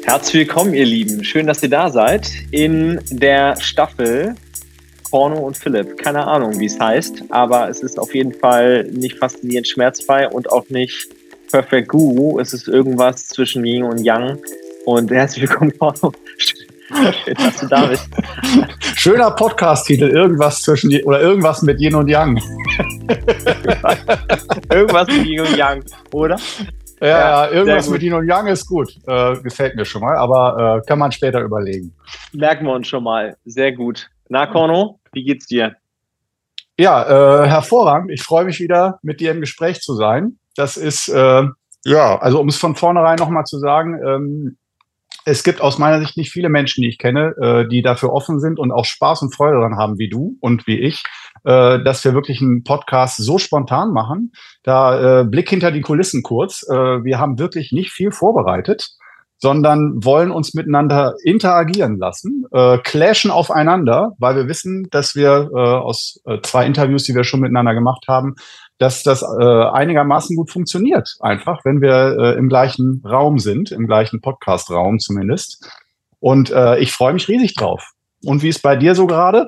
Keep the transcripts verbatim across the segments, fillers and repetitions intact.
Herzlich willkommen, ihr Lieben. Schön, dass ihr da seid in der Staffel Korno und Philipp. Keine Ahnung, wie es heißt, aber es ist auf jeden Fall nicht faszinierend schmerzfrei und auch nicht Perfect Guru. Es ist irgendwas zwischen Yin und Yang. Und herzlich willkommen, Korno. Schön, dass du da bist. Schöner Podcast-Titel, irgendwas zwischen oder irgendwas mit Yin und Yang. Irgendwas mit Yin und Yang, oder? Ja, ja, irgendwas mit Yin und Yang ist gut. Äh, gefällt mir schon mal, aber äh, kann man später überlegen. Merken wir uns schon mal. Sehr gut. Na, Korno, wie geht's dir? Ja, äh, hervorragend. Ich freue mich wieder, mit dir im Gespräch zu sein. Das ist, äh, ja, also um es von vornherein nochmal zu sagen, ähm, es gibt aus meiner Sicht nicht viele Menschen, die ich kenne, äh, die dafür offen sind und auch Spaß und Freude daran haben, wie du und wie ich, äh, dass wir wirklich einen Podcast so spontan machen. Da äh, Blick hinter die Kulissen kurz. Äh, wir haben wirklich nicht viel vorbereitet, sondern wollen uns miteinander interagieren lassen, äh, clashen aufeinander, weil wir wissen, dass wir äh, aus äh, zwei Interviews, die wir schon miteinander gemacht haben, dass das äh, einigermaßen gut funktioniert, einfach, wenn wir äh, im gleichen Raum sind, im gleichen Podcast-Raum zumindest. Und äh, ich freue mich riesig drauf. Und wie ist bei dir so gerade?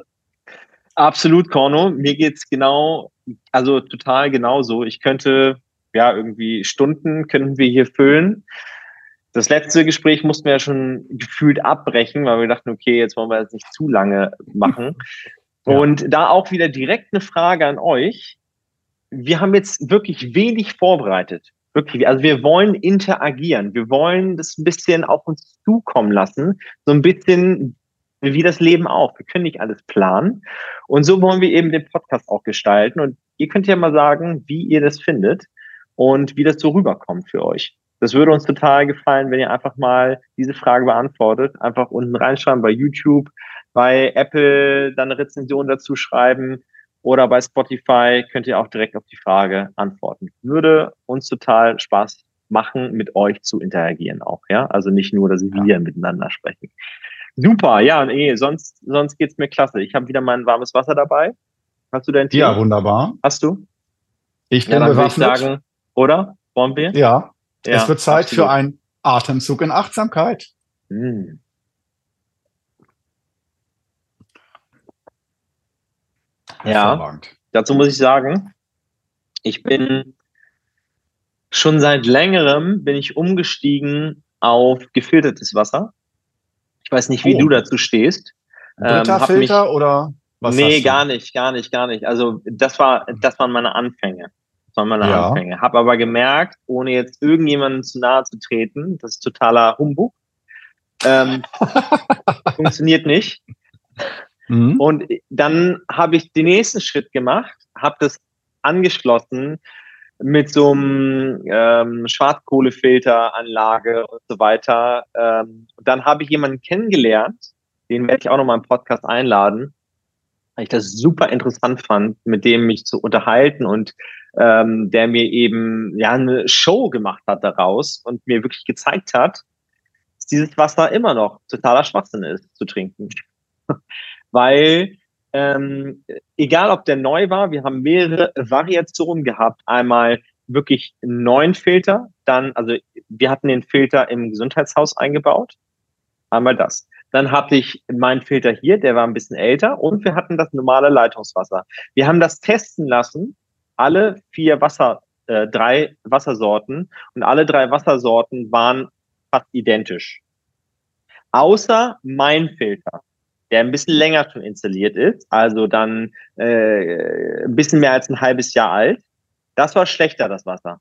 Absolut, Korno. Mir geht's genau, also total genauso. Ich könnte, ja, irgendwie Stunden könnten wir hier füllen. Das letzte Gespräch mussten wir ja schon gefühlt abbrechen, weil wir dachten, okay, jetzt wollen wir jetzt nicht zu lange machen. Ja. Und da auch wieder direkt eine Frage an euch. Wir haben jetzt wirklich wenig vorbereitet. Wirklich. Also wir wollen interagieren. Wir wollen das ein bisschen auf uns zukommen lassen. So ein bisschen wie das Leben auch. Wir können nicht alles planen. Und so wollen wir eben den Podcast auch gestalten. Und ihr könnt ja mal sagen, wie ihr das findet und wie das so rüberkommt für euch. Das würde uns total gefallen, wenn ihr einfach mal diese Frage beantwortet. Einfach unten reinschreiben bei YouTube, bei Apple dann eine Rezension dazu schreiben. Oder bei Spotify könnt ihr auch direkt auf die Frage antworten. Würde uns total Spaß machen, mit euch zu interagieren auch, ja? Also nicht nur, dass wir ja. miteinander sprechen. Super, ja, nee, sonst, sonst geht's mir klasse. Ich habe wieder mein warmes Wasser dabei. Hast du dein Tee? Ja, wunderbar. Hast du? Ich bin ja, dann bewaffnet. Würde ich sagen, oder? Wollen wir? Ja, ja, es wird Zeit absolut. für einen Atemzug in Achtsamkeit. Hm. Ja, dazu muss ich sagen, ich bin schon seit längerem bin ich umgestiegen auf gefiltertes Wasser. Ich weiß nicht, wie oh. du dazu stehst. Brita-Filter ähm, oder was? Nee, gar nicht, gar nicht, gar nicht. Also das war, das waren meine Anfänge. Das waren meine ja. Anfänge. Hab aber gemerkt, ohne jetzt irgendjemandem zu nahe zu treten, das ist totaler Humbug. Ähm, funktioniert nicht. Mhm. Und dann habe ich den nächsten Schritt gemacht, habe das angeschlossen mit so einem ähm, Schwarzkohlefilteranlage und so weiter. Ähm, und dann habe ich jemanden kennengelernt, den werde ich auch noch mal im Podcast einladen, weil ich das super interessant fand, mit dem mich zu unterhalten und ähm, der mir eben ja eine Show gemacht hat daraus und mir wirklich gezeigt hat, dass dieses Wasser immer noch totaler Schwachsinn ist zu trinken. Weil, ähm, egal ob der neu war, wir haben mehrere Variationen gehabt. Einmal wirklich einen neuen Filter, dann, also wir hatten den Filter im Gesundheitshaus eingebaut. Einmal das. Dann hatte ich meinen Filter hier, der war ein bisschen älter und wir hatten das normale Leitungswasser. Wir haben das testen lassen, alle vier Wasser, äh, drei Wassersorten und alle drei Wassersorten waren fast identisch. Außer mein Filter, der ein bisschen länger schon installiert ist, also dann äh, ein bisschen mehr als ein halbes Jahr alt. Das war schlechter, das Wasser.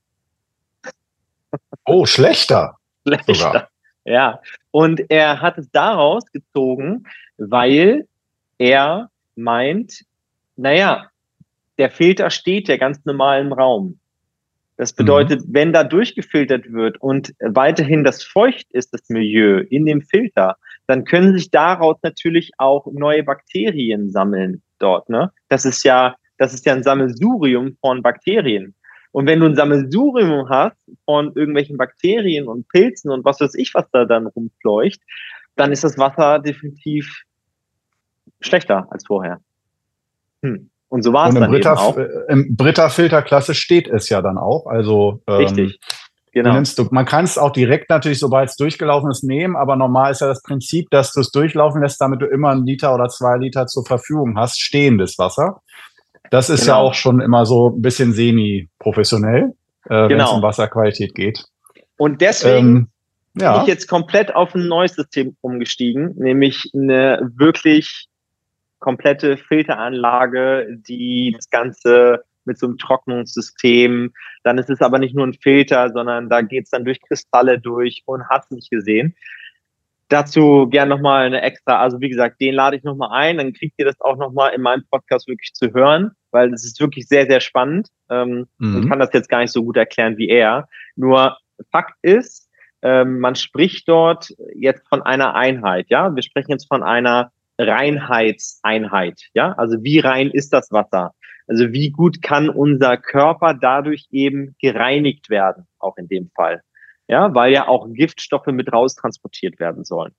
Oh, schlechter? Schlechter, sogar. Ja. Und er hat es daraus gezogen, weil er meint, naja, der Filter steht ja ganz normal im Raum. Das bedeutet, mhm. wenn da durchgefiltert wird und weiterhin das feucht ist, das Milieu in dem Filter, dann können sich daraus natürlich auch neue Bakterien sammeln dort, ne? Das ist ja, das ist ja ein Sammelsurium von Bakterien. Und wenn du ein Sammelsurium hast von irgendwelchen Bakterien und Pilzen und was weiß ich, was da dann rumfleucht, dann ist das Wasser definitiv schlechter als vorher. Hm. Und so war es dann Brita, eben auch. Im Brita-Filterklasse steht es ja dann auch. Also richtig. Ähm, Genau. Du nimmst, du, man kann es auch direkt natürlich, sobald es durchgelaufen ist, nehmen, aber normal ist ja das Prinzip, dass du es durchlaufen lässt, damit du immer einen Liter oder zwei Liter zur Verfügung hast, stehendes Wasser. Das ist Genau. ja auch schon immer so ein bisschen semi-professionell, äh, wenn es um Genau. Wasserqualität geht. Und deswegen Ähm, bin ja. ich jetzt komplett auf ein neues System umgestiegen, nämlich eine wirklich komplette Filteranlage, die das Ganze mit so einem Trocknungssystem, dann ist es aber nicht nur ein Filter, sondern da geht's dann durch Kristalle durch und hat's nicht gesehen. Dazu gern nochmal eine extra, also wie gesagt, den lade ich nochmal ein, dann kriegt ihr das auch nochmal in meinem Podcast wirklich zu hören, weil das ist wirklich sehr, sehr spannend. Ähm, Mhm. Ich kann das jetzt gar nicht so gut erklären wie er. Nur Fakt ist, ähm, man spricht dort jetzt von einer Einheit, ja. Wir sprechen jetzt von einer Reinheitseinheit, ja. Also wie rein ist das Wasser? Also wie gut kann unser Körper dadurch eben gereinigt werden, auch in dem Fall. Ja, weil ja auch Giftstoffe mit raus transportiert werden sollen.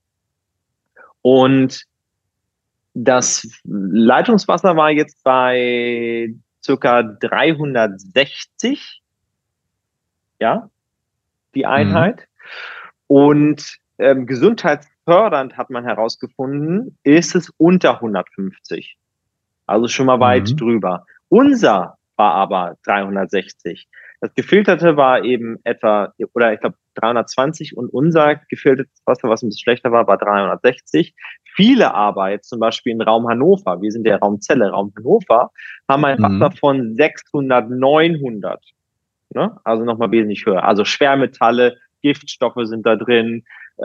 Und das Leitungswasser war jetzt bei circa dreihundertsechzig, ja, die Einheit. Mhm. Und ähm, gesundheitsfördernd hat man herausgefunden, ist es unter hundertfünfzig. Also schon mal weit mhm. drüber. Unser war aber dreihundertsechzig. Das gefilterte war eben etwa, oder ich glaube dreihundertzwanzig und unser gefiltertes Wasser, was ein bisschen schlechter war, war dreihundertsechzig. Viele aber, jetzt zum Beispiel in Raum Hannover, wir sind der Raum Celle, Raum Hannover, haben ein Wasser mhm. von sechshundert, neunhundert. Ne? Also nochmal wesentlich höher. Also Schwermetalle, Giftstoffe sind da drin,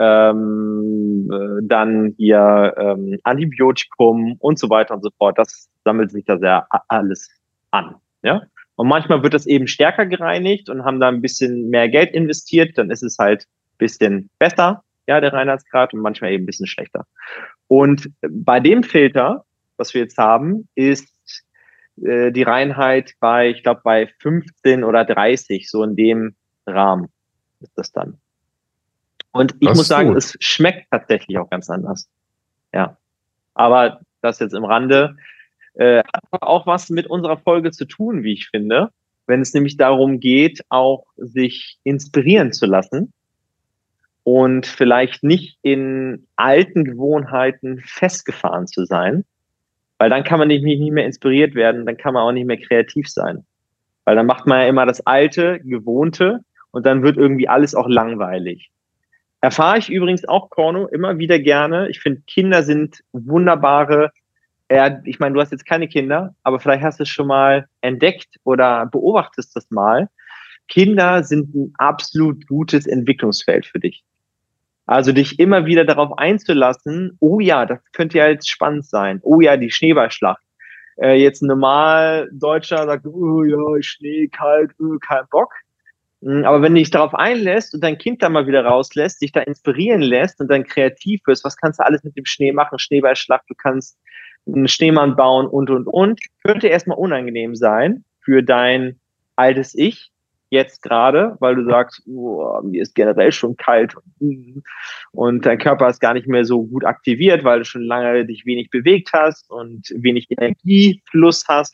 ähm, äh, dann hier ähm, Antibiotikum und so weiter und so fort. Das sammelt sich da sehr alles an. Ja? Und manchmal wird das eben stärker gereinigt und haben da ein bisschen mehr Geld investiert, dann ist es halt ein bisschen besser, ja, der Reinheitsgrad, und manchmal eben ein bisschen schlechter. Und bei dem Filter, was wir jetzt haben, ist äh, die Reinheit bei, ich glaube, bei fünfzehn oder dreißig, so in dem Rahmen ist das dann. Und ich das muss sagen, gut. Es schmeckt tatsächlich auch ganz anders. Ja. Aber das jetzt im Rande. Äh, hat auch was mit unserer Folge zu tun, wie ich finde, wenn es nämlich darum geht, auch sich inspirieren zu lassen und vielleicht nicht in alten Gewohnheiten festgefahren zu sein, weil dann kann man nicht, nicht mehr inspiriert werden, dann kann man auch nicht mehr kreativ sein, weil dann macht man ja immer das Alte, Gewohnte und dann wird irgendwie alles auch langweilig. Erfahre ich übrigens auch, Corno, immer wieder gerne. Ich finde, Kinder sind wunderbare. Ja, ich meine, du hast jetzt keine Kinder, aber vielleicht hast du es schon mal entdeckt oder beobachtest das mal. Kinder sind ein absolut gutes Entwicklungsfeld für dich. Also dich immer wieder darauf einzulassen, oh ja, das könnte ja jetzt spannend sein. Oh ja, die Schneeballschlacht. Äh, jetzt ein normal Deutscher sagt, oh ja, Schnee, kalt, oh, kein Bock. Aber wenn du dich darauf einlässt und dein Kind da mal wieder rauslässt, dich da inspirieren lässt und dann kreativ wirst, was kannst du alles mit dem Schnee machen? Schneeballschlacht, du kannst einen Schneemann bauen und, und, und. Könnte erstmal unangenehm sein für dein altes Ich, jetzt gerade, weil du sagst, oh, mir ist generell schon kalt und dein Körper ist gar nicht mehr so gut aktiviert, weil du schon lange dich wenig bewegt hast und wenig Energiefluss hast.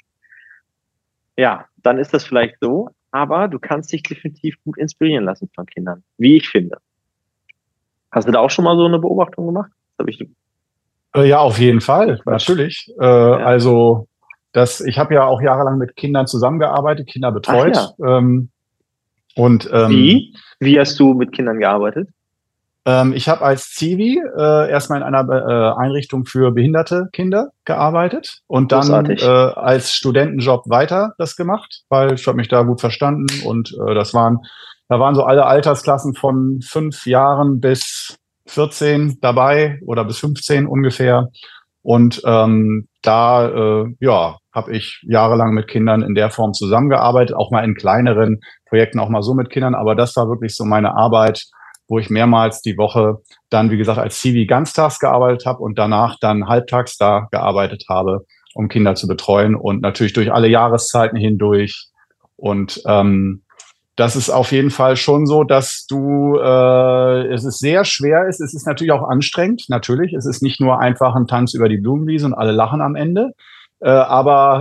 Ja, dann ist das vielleicht so, aber du kannst dich definitiv gut inspirieren lassen von Kindern, wie ich finde. Hast du da auch schon mal so eine Beobachtung gemacht? Das habe ich Ja, auf jeden Fall, natürlich. Äh, ja. Also das, ich habe ja auch jahrelang mit Kindern zusammengearbeitet, Kinder betreut. Ja. Ähm, und ähm, Wie? Wie hast du mit Kindern gearbeitet? Ähm, ich habe als Zivi äh, erstmal in einer äh, Einrichtung für behinderte Kinder gearbeitet und dann äh, als Studentenjob weiter das gemacht, weil ich habe mich da gut verstanden und äh, das waren, da waren so alle Altersklassen von fünf Jahren bis vierzehn dabei oder bis fünfzehn ungefähr. Und ähm, da äh, ja, habe ich jahrelang mit Kindern in der Form zusammengearbeitet, auch mal in kleineren Projekten, auch mal so mit Kindern. Aber das war wirklich so meine Arbeit, wo ich mehrmals die Woche dann, wie gesagt, als Zivi ganztags gearbeitet habe und danach dann halbtags da gearbeitet habe, um Kinder zu betreuen und natürlich durch alle Jahreszeiten hindurch. Und ähm, das ist auf jeden Fall schon so, dass du, äh, es ist sehr schwer ist. Es ist natürlich auch anstrengend, natürlich. Es ist nicht nur einfach ein Tanz über die Blumenwiese und alle lachen am Ende. Äh, aber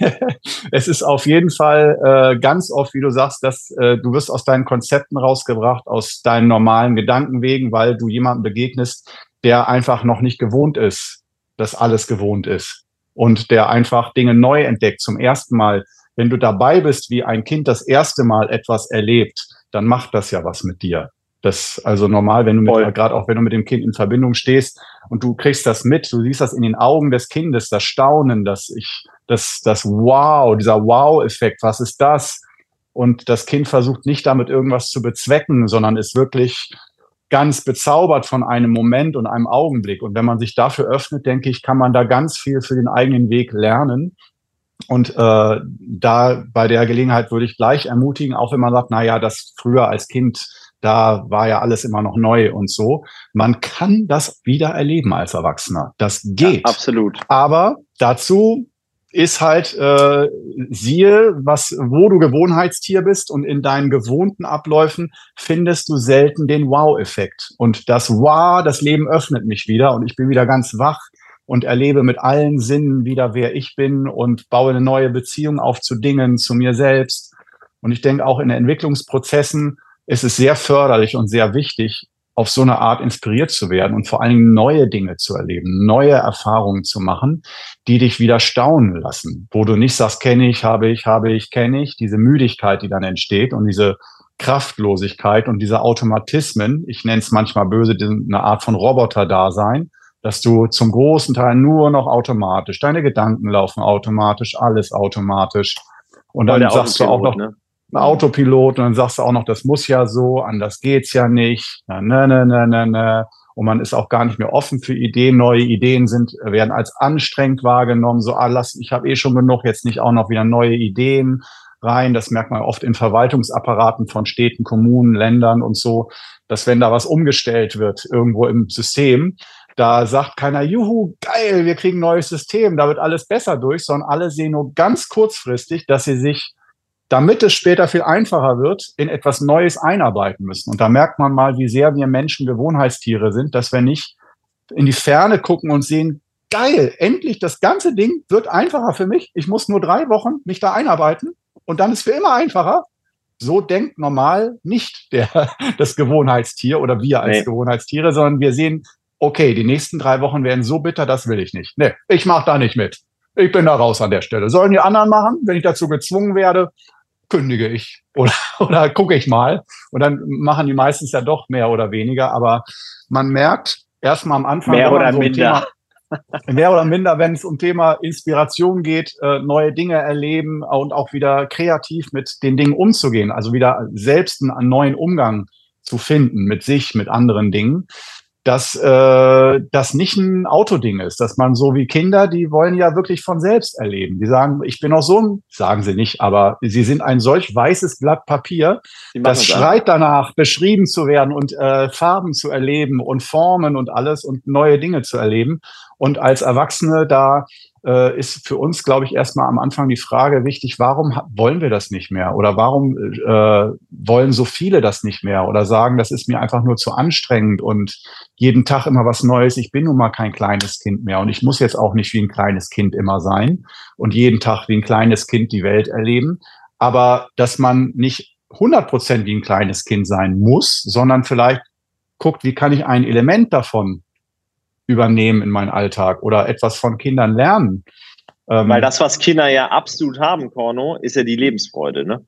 es ist auf jeden Fall äh, ganz oft, wie du sagst, dass äh, du wirst aus deinen Konzepten rausgebracht, aus deinen normalen Gedankenwegen, weil du jemandem begegnest, der einfach noch nicht gewohnt ist, dass alles gewohnt ist und der einfach Dinge neu entdeckt zum ersten Mal. Wenn du dabei bist, wie ein Kind das erste Mal etwas erlebt, dann macht das ja was mit dir. Das also normal, wenn du mit, gerade auch wenn du mit dem Kind in Verbindung stehst und du kriegst das mit, du siehst das in den Augen des Kindes, das Staunen, das ich, das, das Wow, dieser Wow-Effekt, was ist das? Und das Kind versucht nicht damit irgendwas zu bezwecken, sondern ist wirklich ganz bezaubert von einem Moment und einem Augenblick. Und wenn man sich dafür öffnet, denke ich, kann man da ganz viel für den eigenen Weg lernen. Und äh, da bei der Gelegenheit würde ich gleich ermutigen, auch wenn man sagt, na ja, das früher als Kind, da war ja alles immer noch neu und so. Man kann das wieder erleben als Erwachsener. Das geht. Ja, absolut. Aber dazu ist halt, äh, siehe, was, wo du Gewohnheitstier bist und in deinen gewohnten Abläufen findest du selten den Wow-Effekt. Und das Wow, das Leben öffnet mich wieder und ich bin wieder ganz wach und erlebe mit allen Sinnen wieder, wer ich bin und baue eine neue Beziehung auf zu Dingen, zu mir selbst. Und ich denke, auch in Entwicklungsprozessen ist es sehr förderlich und sehr wichtig, auf so eine Art inspiriert zu werden und vor allen Dingen neue Dinge zu erleben, neue Erfahrungen zu machen, die dich wieder staunen lassen, wo du nicht sagst, kenne ich, habe ich, habe ich, kenne ich, diese Müdigkeit, die dann entsteht und diese Kraftlosigkeit und diese Automatismen, ich nenne es manchmal böse, eine Art von Roboter-Dasein, dass du zum großen Teil nur noch automatisch, deine Gedanken laufen automatisch, alles automatisch. Und dann sagst du auch noch, ne? Autopilot, und dann sagst du auch noch, das muss ja so, anders geht's ja nicht. Na, ne, ne, ne, ne, ne. Und man ist auch gar nicht mehr offen für Ideen. Neue Ideen sind, werden als anstrengend wahrgenommen. So, ah, lass, ich habe eh schon genug, jetzt nicht auch noch wieder neue Ideen rein. Das merkt man oft in Verwaltungsapparaten von Städten, Kommunen, Ländern und so, dass wenn da was umgestellt wird, irgendwo im System, da sagt keiner, juhu, geil, wir kriegen ein neues System, da wird alles besser durch, sondern alle sehen nur ganz kurzfristig, dass sie sich, damit es später viel einfacher wird, in etwas Neues einarbeiten müssen. Und da merkt man mal, wie sehr wir Menschen Gewohnheitstiere sind, dass wir nicht in die Ferne gucken und sehen, geil, endlich, das ganze Ding wird einfacher für mich. Ich muss nur drei Wochen mich da einarbeiten und dann ist es für immer einfacher. So denkt normal nicht der, das Gewohnheitstier oder wir als nee. Gewohnheitstiere, sondern wir sehen, okay, die nächsten drei Wochen werden so bitter, das will ich nicht. Nee, ich mache da nicht mit. Ich bin da raus an der Stelle. Sollen die anderen machen? Wenn ich dazu gezwungen werde, kündige ich oder, oder gucke ich mal. Und dann machen die meistens ja doch mehr oder weniger. Aber man merkt erstmal am Anfang, mehr oder so minder. Thema, mehr oder minder, wenn es um Thema Inspiration geht, äh, neue Dinge erleben und auch wieder kreativ mit den Dingen umzugehen. Also wieder selbst einen neuen Umgang zu finden mit sich, mit anderen Dingen. Dass äh, das nicht ein Autoding ist, dass man so wie Kinder, die wollen ja wirklich von selbst erleben. Die sagen, ich bin auch so ein, sagen sie nicht, aber sie sind ein solch weißes Blatt Papier, das schreit danach, beschrieben zu werden und äh, Farben zu erleben und Formen und alles und neue Dinge zu erleben. Und als Erwachsene, da äh, ist für uns, glaube ich, erstmal am Anfang die Frage wichtig, warum wollen wir das nicht mehr? Oder warum äh, wollen so viele das nicht mehr? Oder sagen, das ist mir einfach nur zu anstrengend und jeden Tag immer was Neues. Ich bin nun mal kein kleines Kind mehr und ich muss jetzt auch nicht wie ein kleines Kind immer sein und jeden Tag wie ein kleines Kind die Welt erleben. Aber dass man nicht hundert Prozent wie ein kleines Kind sein muss, sondern vielleicht guckt, wie kann ich ein Element davon übernehmen in meinen Alltag oder etwas von Kindern lernen. Weil das, was Kinder ja absolut haben, Corno, ist ja die Lebensfreude, ne?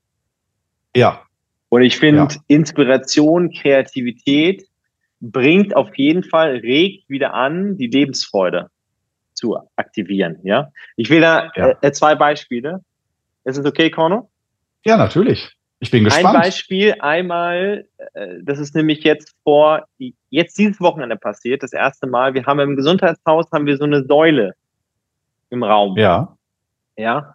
Ja. Und ich finde, ja. Inspiration, Kreativität bringt auf jeden Fall, regt wieder an, die Lebensfreude zu aktivieren, ja? Ich will da ja. äh, zwei Beispiele. Ist es okay, Corno? Ja, natürlich. Ich bin gespannt. Ein Beispiel, einmal, äh, das ist nämlich jetzt vor, jetzt dieses Wochenende passiert, das erste Mal, wir haben im Gesundheitshaus, haben wir so eine Säule im Raum. Ja. Ja.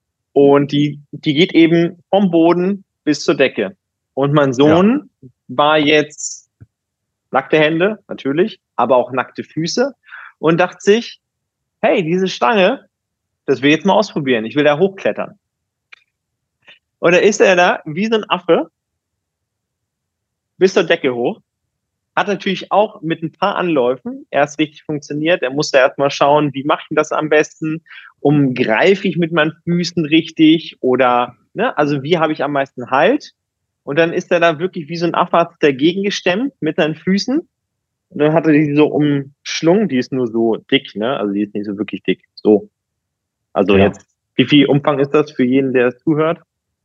Und die, die geht eben vom Boden bis zur Decke. Und mein Sohn ja. war jetzt nackte Hände, natürlich, aber auch nackte Füße und dachte sich, hey, diese Stange, das will ich jetzt mal ausprobieren. Ich will da hochklettern. Und da ist er da wie so ein Affe bis zur Decke hoch Hat natürlich auch mit ein paar Anläufen erst richtig funktioniert. Er musste erst mal schauen, wie mache ich das am besten? Umgreife ich mit meinen Füßen richtig? Oder, ne, also wie habe ich am meisten Halt? Und dann ist er da wirklich wie so ein Affe dagegen gestemmt mit seinen Füßen. Und dann hat er die so umschlungen. Die ist nur so dick, ne? Also die ist nicht so wirklich dick. So. Also Ja. jetzt, wie viel Umfang ist das für jeden, der es zuhört?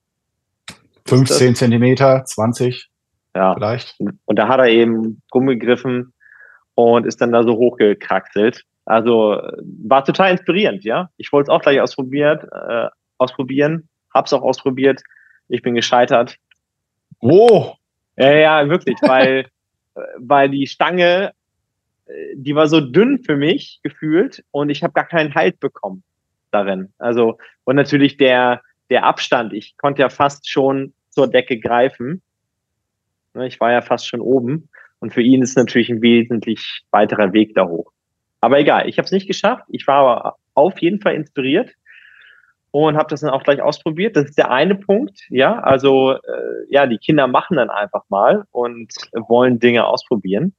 fünfzehn Zentimeter, zwanzig Ja. vielleicht. Und da hat er eben rumgegriffen und ist dann da so hochgekraxelt. Also war total inspirierend, ja. Ich wollte es auch gleich ausprobiert, äh, ausprobieren, hab's auch ausprobiert. Ich bin gescheitert. Oh! Ja, ja, wirklich, weil, weil die Stange, die war so dünn für mich gefühlt und ich habe gar keinen Halt bekommen darin. Also, und natürlich der, der Abstand, ich konnte ja fast schon zur Decke greifen. Ich war ja fast schon oben. Und für ihn ist natürlich ein wesentlich weiterer Weg da hoch. Aber egal, ich habe es nicht geschafft. Ich war aber auf jeden Fall inspiriert und habe das dann auch gleich ausprobiert. Das ist der eine Punkt. Ja, also äh, ja, die Kinder machen dann einfach mal und wollen Dinge ausprobieren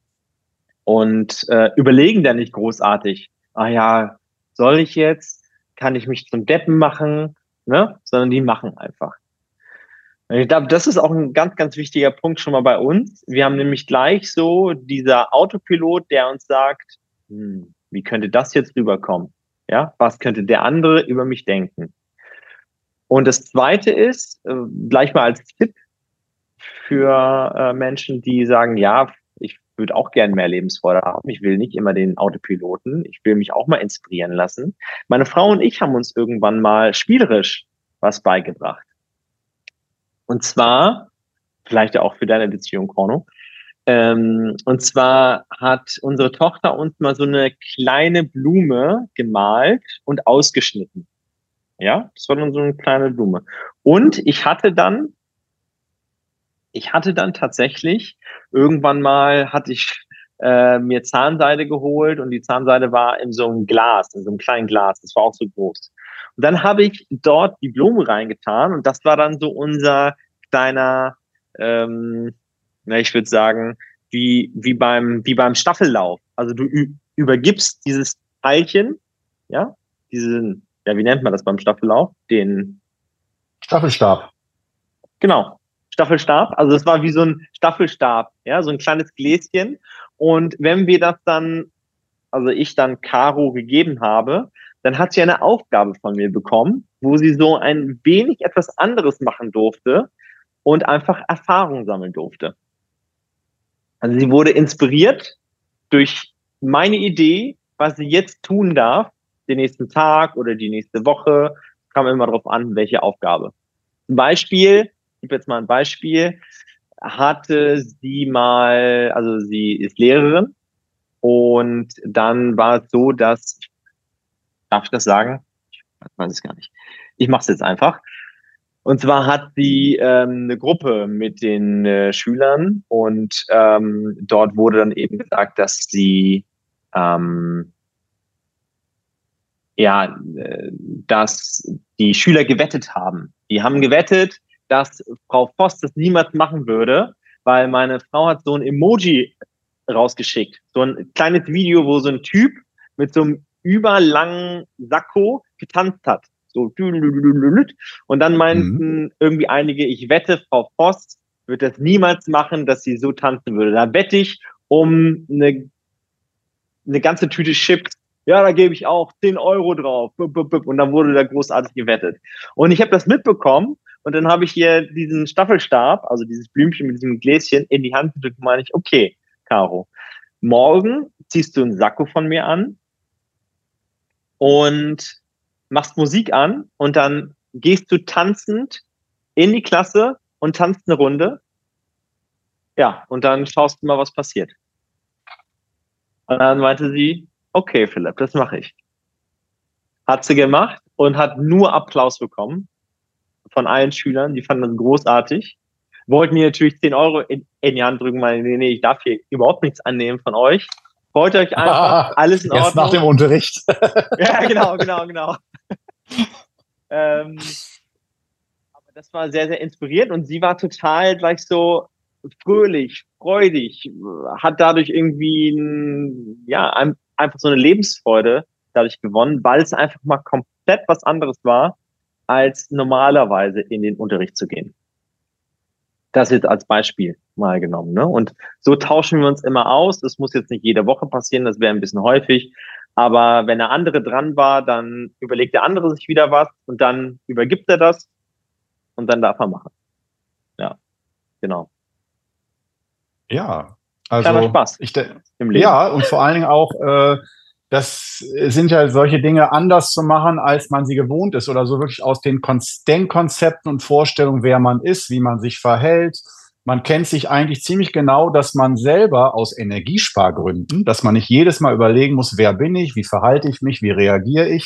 und äh, überlegen dann nicht großartig. Ah ja, soll ich jetzt? Kann ich mich zum Deppen machen? Ne? Sondern die machen einfach. Ich glaube, das ist auch ein ganz, ganz wichtiger Punkt schon mal bei uns. Wir haben nämlich gleich so dieser Autopilot, der uns sagt, hm, wie könnte das jetzt rüberkommen? Ja, was könnte der andere über mich denken? Und das Zweite ist, äh, gleich mal als Tipp für äh, Menschen, die sagen, ja, ich würde auch gern mehr Lebensfreude haben. Ich will nicht immer den Autopiloten. Ich will mich auch mal inspirieren lassen. Meine Frau und ich haben uns irgendwann mal spielerisch was beigebracht. Und zwar, vielleicht auch für deine Beziehung, Korno. Ähm, und zwar hat unsere Tochter uns mal so eine kleine Blume gemalt und ausgeschnitten. Ja, das war dann so eine kleine Blume. Und ich hatte dann, ich hatte dann tatsächlich, irgendwann mal hatte ich äh, mir Zahnseide geholt und die Zahnseide war in so einem Glas, in so einem kleinen Glas. Das war auch so groß. Und dann habe ich dort die Blume reingetan und das war dann so unser kleiner, ähm, na, ich würde sagen, wie, wie beim, wie beim Staffellauf. Also du übergibst dieses Teilchen, ja, diesen, ja, wie nennt man das beim Staffellauf? Den Staffelstab. Genau, Staffelstab. Also das war wie so ein Staffelstab, ja, so ein kleines Gläschen. Und wenn wir das dann, also ich dann Caro gegeben habe, dann hat sie eine Aufgabe von mir bekommen, wo sie so ein wenig etwas anderes machen durfte und einfach Erfahrung sammeln durfte. Also sie wurde inspiriert durch meine Idee, was sie jetzt tun darf, den nächsten Tag oder die nächste Woche. Kam immer darauf an, welche Aufgabe. Zum Beispiel, ich gebe jetzt mal ein Beispiel, hatte sie mal, also sie ist Lehrerin und dann war es so, dass, darf ich das sagen? Ich weiß es gar nicht. Ich mache es jetzt einfach. Und zwar hat sie ähm, eine Gruppe mit den äh, Schülern und ähm, dort wurde dann eben gesagt, dass sie ähm, ja, äh, dass die Schüler gewettet haben. Die haben gewettet, dass Frau Voss das niemals machen würde, weil meine Frau hat so ein Emoji rausgeschickt. So ein kleines Video, wo so ein Typ mit so einem überlangen Sakko getanzt hat. So. Und dann meinten mhm. irgendwie einige, ich wette, Frau Voss wird das niemals machen, dass sie so tanzen würde. Da wette ich um eine, eine ganze Tüte Chips. Ja, da gebe ich auch zehn Euro drauf. Und dann wurde da großartig gewettet. Und ich habe das mitbekommen und dann habe ich hier diesen Staffelstab, also dieses Blümchen mit diesem Gläschen, in die Hand gedrückt und meine ich, okay, Caro, morgen ziehst du einen Sakko von mir an und machst Musik an und dann gehst du tanzend in die Klasse und tanzt eine Runde. Ja, und dann schaust du mal, was passiert. Und dann meinte sie, okay, Philipp, das mache ich. Hat sie gemacht und hat nur Applaus bekommen von allen Schülern. Die fanden das großartig. Wollten mir natürlich zehn Euro in, in die Hand drücken, meine, nee, nee, ich darf hier überhaupt nichts annehmen von euch. Freut euch einfach, alles in Ordnung. Erst nach dem Unterricht. Ja, genau, genau, genau. ähm, aber das war sehr, sehr inspirierend und sie war total gleich so, fröhlich, freudig, hat dadurch irgendwie ein, ja, ein, einfach so eine Lebensfreude dadurch gewonnen, weil es einfach mal komplett was anderes war, als normalerweise in den Unterricht zu gehen. Das jetzt als Beispiel mal genommen, ne? Und so tauschen wir uns immer aus. Das muss jetzt nicht jede Woche passieren, das wäre ein bisschen häufig. Aber wenn der andere dran war, dann überlegt der andere sich wieder was und dann übergibt er das und dann darf er machen. Ja, genau. Ja, also Kleiner Spaß ich de- im Leben. ja, und vor allen Dingen auch, äh, das sind ja solche Dinge anders zu machen, als man sie gewohnt ist, oder so wirklich aus den Kon Denkkonzepten und Vorstellungen, wer man ist, wie man sich verhält. Man kennt sich eigentlich ziemlich genau, dass man selber aus Energiespargründen, dass man nicht jedes Mal überlegen muss, wer bin ich, wie verhalte ich mich, wie reagiere ich.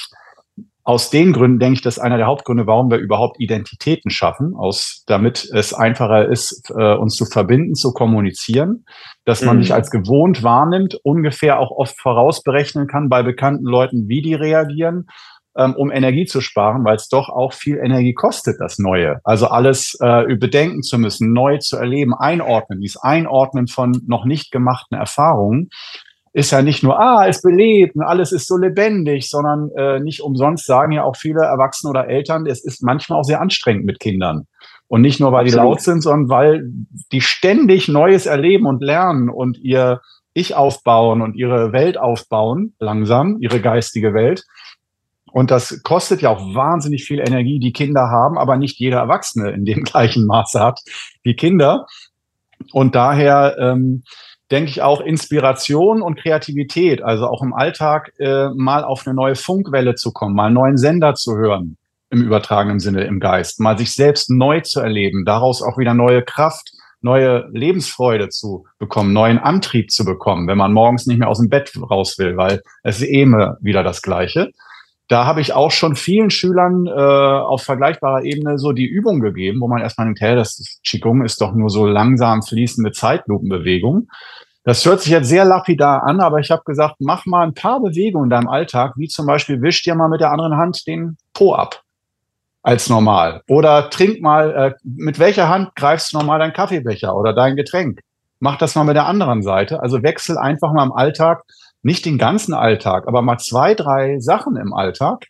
Aus den Gründen denke ich, das ist einer der Hauptgründe, warum wir überhaupt Identitäten schaffen, aus, damit es einfacher ist, äh, uns zu verbinden, zu kommunizieren, dass man Mhm. sich als gewohnt wahrnimmt, ungefähr auch oft vorausberechnen kann bei bekannten Leuten, wie die reagieren, ähm, um Energie zu sparen, weil es doch auch viel Energie kostet, das Neue. Also alles äh, bedenken zu müssen, neu zu erleben, einordnen, dieses Einordnen von noch nicht gemachten Erfahrungen ist ja nicht nur, ah, es belebt und alles ist so lebendig, sondern äh, nicht umsonst sagen ja auch viele Erwachsene oder Eltern, es ist manchmal auch sehr anstrengend mit Kindern. Und nicht nur, weil Absolut. die laut sind, sondern weil die ständig Neues erleben und lernen und ihr Ich aufbauen und ihre Welt aufbauen, langsam, ihre geistige Welt. Und das kostet ja auch wahnsinnig viel Energie, die Kinder haben, aber nicht jeder Erwachsene in dem gleichen Maße hat wie Kinder. Und daher ähm, denke ich auch Inspiration und Kreativität, also auch im Alltag äh, mal auf eine neue Funkwelle zu kommen, mal einen neuen Sender zu hören, im übertragenen Sinne im Geist, mal sich selbst neu zu erleben, daraus auch wieder neue Kraft, neue Lebensfreude zu bekommen, neuen Antrieb zu bekommen, wenn man morgens nicht mehr aus dem Bett raus will, weil es ist eh immer wieder das Gleiche. Da habe ich auch schon vielen Schülern äh, auf vergleichbarer Ebene so die Übung gegeben, wo man erstmal denkt, hey, das ist, Qigong ist doch nur so langsam fließende Zeitlupenbewegung. Das hört sich jetzt sehr lapidar an, aber ich habe gesagt, mach mal ein paar Bewegungen in deinem Alltag, wie zum Beispiel wisch dir mal mit der anderen Hand den Po ab als normal. Oder trink mal, äh, mit welcher Hand greifst du normal deinen Kaffeebecher oder dein Getränk? Mach das mal mit der anderen Seite. Also wechsel einfach mal im Alltag, nicht den ganzen Alltag, aber mal zwei, drei Sachen im Alltag.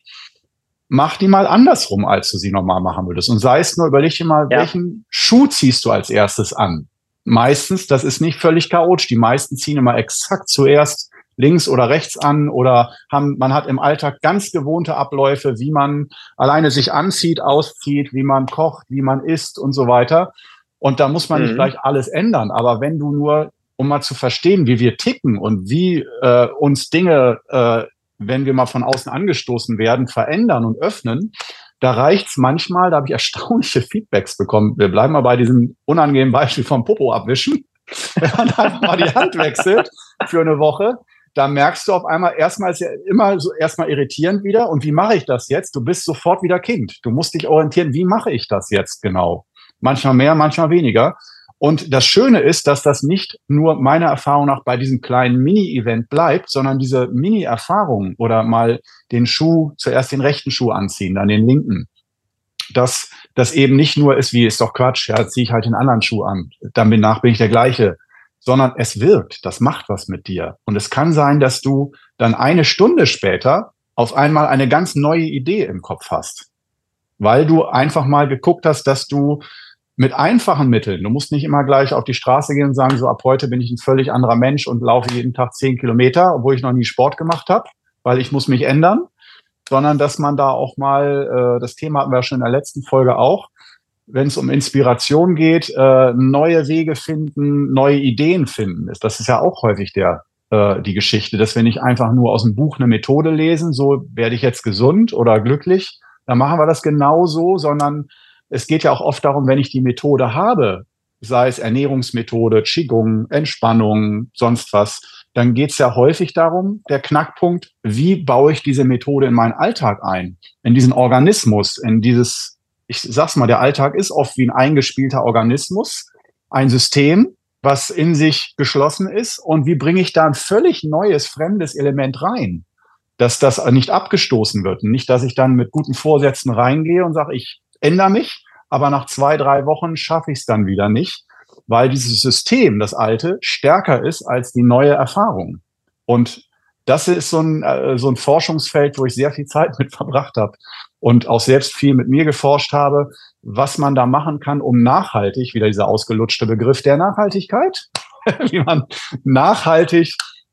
Mach die mal andersrum, als du sie normal machen würdest. Und sei es nur, überleg dir mal, Ja. welchen Schuh ziehst du als erstes an? Meistens, das ist nicht völlig chaotisch. Die meisten ziehen immer exakt zuerst links oder rechts an oder haben, man hat im Alltag ganz gewohnte Abläufe, wie man alleine sich anzieht, auszieht, wie man kocht, wie man isst und so weiter. Und da muss man nicht Mhm. gleich alles ändern. Aber wenn du nur, um mal zu verstehen, wie wir ticken und wie äh, uns Dinge, äh, wenn wir mal von außen angestoßen werden, verändern und öffnen, da reicht's manchmal, da habe ich erstaunliche Feedbacks bekommen. Wir bleiben mal bei diesem unangenehmen Beispiel vom Popo abwischen. Wenn man einfach mal die Hand wechselt für eine Woche, da merkst du auf einmal, erstmal ist ja immer so erstmal irritierend wieder. Und wie mache ich das jetzt? Du bist sofort wieder Kind. Du musst dich orientieren, wie mache ich das jetzt genau? Manchmal mehr, manchmal weniger. Und das Schöne ist, dass das nicht nur meiner Erfahrung nach bei diesem kleinen Mini-Event bleibt, sondern diese Mini-Erfahrung oder mal den Schuh, zuerst den rechten Schuh anziehen, dann den linken, dass das eben nicht nur ist, wie ist doch Quatsch, ja, ziehe ich halt den anderen Schuh an, dann danach bin ich der gleiche, sondern es wirkt, das macht was mit dir. Und es kann sein, dass du dann eine Stunde später auf einmal eine ganz neue Idee im Kopf hast, weil du einfach mal geguckt hast, dass du mit einfachen Mitteln, du musst nicht immer gleich auf die Straße gehen und sagen, so ab heute bin ich ein völlig anderer Mensch und laufe jeden Tag zehn Kilometer, obwohl ich noch nie Sport gemacht habe, weil ich muss mich ändern, sondern dass man da auch mal, äh, das Thema hatten wir schon in der letzten Folge auch, wenn es um Inspiration geht, äh, neue Wege finden, neue Ideen finden. Das ist ja auch häufig der, äh, die Geschichte, dass wir nicht einfach nur aus dem Buch eine Methode lesen, so werde ich jetzt gesund oder glücklich, dann machen wir das genauso, sondern es geht ja auch oft darum, wenn ich die Methode habe, sei es Ernährungsmethode, Qigong, Entspannung, sonst was, dann geht es ja häufig darum, der Knackpunkt, wie baue ich diese Methode in meinen Alltag ein, in diesen Organismus, in dieses, ich sag's mal, der Alltag ist oft wie ein eingespielter Organismus, ein System, was in sich geschlossen ist, und wie bringe ich da ein völlig neues, fremdes Element rein, dass das nicht abgestoßen wird, nicht, dass ich dann mit guten Vorsätzen reingehe und sage, ich ändere mich, aber nach zwei, drei Wochen schaffe ich es dann wieder nicht. weil dieses System, das alte, stärker ist als die neue Erfahrung. Und das ist so ein, äh, so ein Forschungsfeld, wo ich sehr viel Zeit mit verbracht habe und auch selbst viel mit mir geforscht habe, was man da machen kann, um nachhaltig, wieder dieser ausgelutschte Begriff der Nachhaltigkeit, wie man nachhaltig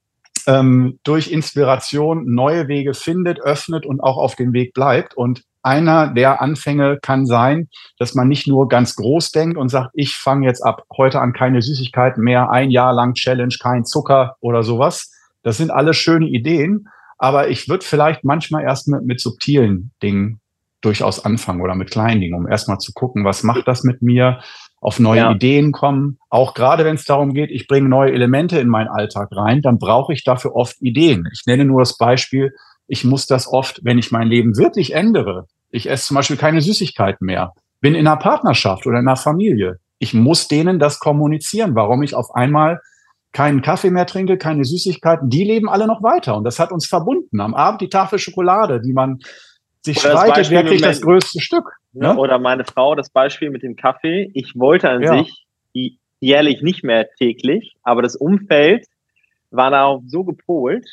ähm, durch Inspiration neue Wege findet, öffnet und auch auf dem Weg bleibt. Und einer der Anfänge kann sein, dass man nicht nur ganz groß denkt und sagt, ich fange jetzt ab heute an keine Süßigkeiten mehr, ein Jahr lang Challenge, kein Zucker oder sowas. Das sind alles schöne Ideen, aber ich würde vielleicht manchmal erst mit, mit subtilen Dingen durchaus anfangen oder mit kleinen Dingen, um erstmal zu gucken, was macht das mit mir, auf neue ja. Ideen kommen. Auch gerade wenn es darum geht, ich bringe neue Elemente in meinen Alltag rein, dann brauche ich dafür oft Ideen. Ich nenne nur das Beispiel, ich muss das oft, wenn ich mein Leben wirklich ändere, ich esse zum Beispiel keine Süßigkeiten mehr, bin in einer Partnerschaft oder in einer Familie. Ich muss denen das kommunizieren, warum ich auf einmal keinen Kaffee mehr trinke, keine Süßigkeiten. Die leben alle noch weiter und das hat uns verbunden. Am Abend die Tafel Schokolade, die man sich oder streitet, wer kriegt das größte Stück. Ne? Oder meine Frau, das Beispiel mit dem Kaffee. Ich wollte an ja. sich jährlich nicht mehr täglich, aber das Umfeld war darauf so gepolt.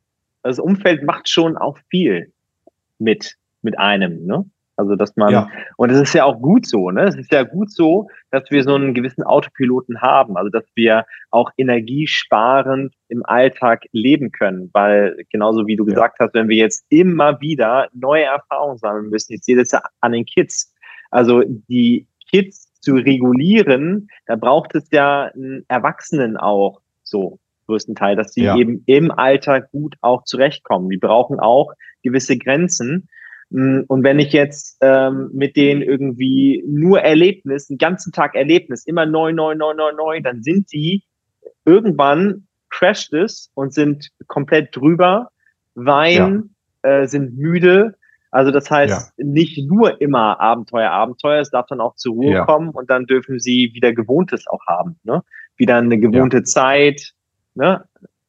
Das Umfeld macht schon auch viel mit, mit einem, ne? Also, dass man, ja. und es ist ja auch gut so, ne? Es ist ja gut so, dass wir so einen gewissen Autopiloten haben, also, dass wir auch energiesparend im Alltag leben können, weil genauso wie du ja. gesagt hast, wenn wir jetzt immer wieder neue Erfahrungen sammeln müssen, ich sehe das ja an den Kids, also, die Kids zu regulieren, da braucht es ja einen Erwachsenen auch so, größten Teil, dass sie ja. eben im Alltag gut auch zurechtkommen. Die brauchen auch gewisse Grenzen. Und wenn ich jetzt ähm, mit denen irgendwie nur Erlebnis, den ganzen Tag Erlebnis, immer neu, neu, neu, neu, neu, dann sind die irgendwann crasht es und sind komplett drüber, weinen, ja. äh, sind müde. Also das heißt, ja. nicht nur immer Abenteuer, Abenteuer, es darf dann auch zur Ruhe ja. kommen und dann dürfen sie wieder Gewohntes auch haben. Ne? Wieder eine gewohnte ja. Zeit, ne?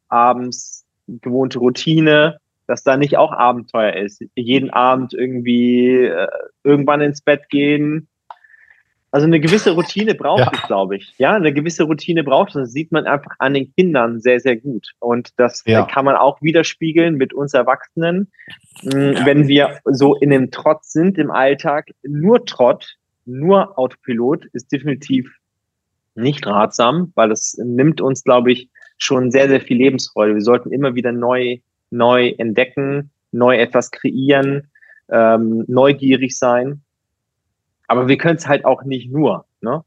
Abends gewohnte Routine, dass da nicht auch Abenteuer ist. Jeden Abend irgendwie äh, irgendwann ins Bett gehen. Also eine gewisse Routine braucht ja. es, glaube ich. Ja, eine gewisse Routine braucht es. Das sieht man einfach an den Kindern sehr, sehr gut. Und das ja. kann man auch widerspiegeln mit uns Erwachsenen. Ja. Wenn wir so in dem Trott sind im Alltag, nur Trott, nur Autopilot ist definitiv nicht ratsam, weil das nimmt uns, glaube ich, schon sehr, sehr viel Lebensfreude. Wir sollten immer wieder neu neu entdecken, neu etwas kreieren, ähm, neugierig sein. Aber wir können es halt auch nicht nur. Ne?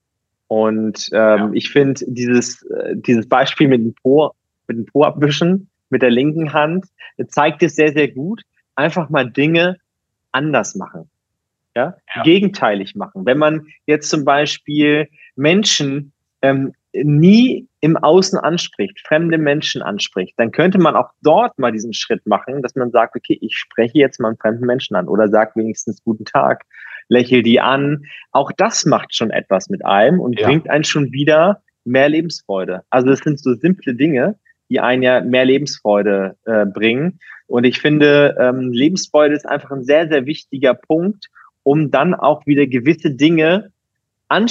Und ähm, ja. ich finde dieses äh, dieses Beispiel mit dem Po, mit dem Po abwischen, mit der linken Hand, zeigt es sehr, sehr gut. Einfach mal Dinge anders machen. Ja? Ja. Gegenteilig machen. Wenn man jetzt zum Beispiel Menschen ähm, nie im Außen anspricht, fremde Menschen anspricht, dann könnte man auch dort mal diesen Schritt machen, dass man sagt, okay, ich spreche jetzt mal einen fremden Menschen an oder sag wenigstens guten Tag, lächel die an. Auch das macht schon etwas mit einem und ja. bringt einen schon wieder mehr Lebensfreude. Also das sind so simple Dinge, die einen ja mehr Lebensfreude äh, bringen. Und ich finde, ähm, Lebensfreude ist einfach ein sehr, sehr wichtiger Punkt, um dann auch wieder gewisse Dinge an,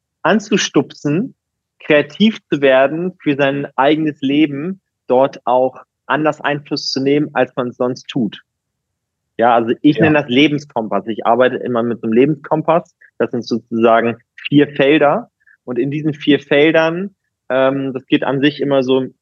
anzustupsen, kreativ zu werden, für sein eigenes Leben dort auch anders Einfluss zu nehmen, als man es sonst tut. Ja, also ich ja. nenne das Lebenskompass. Ich arbeite immer mit einem Lebenskompass. Das sind sozusagen vier Felder. Und in diesen vier Feldern, ähm, das geht an sich immer so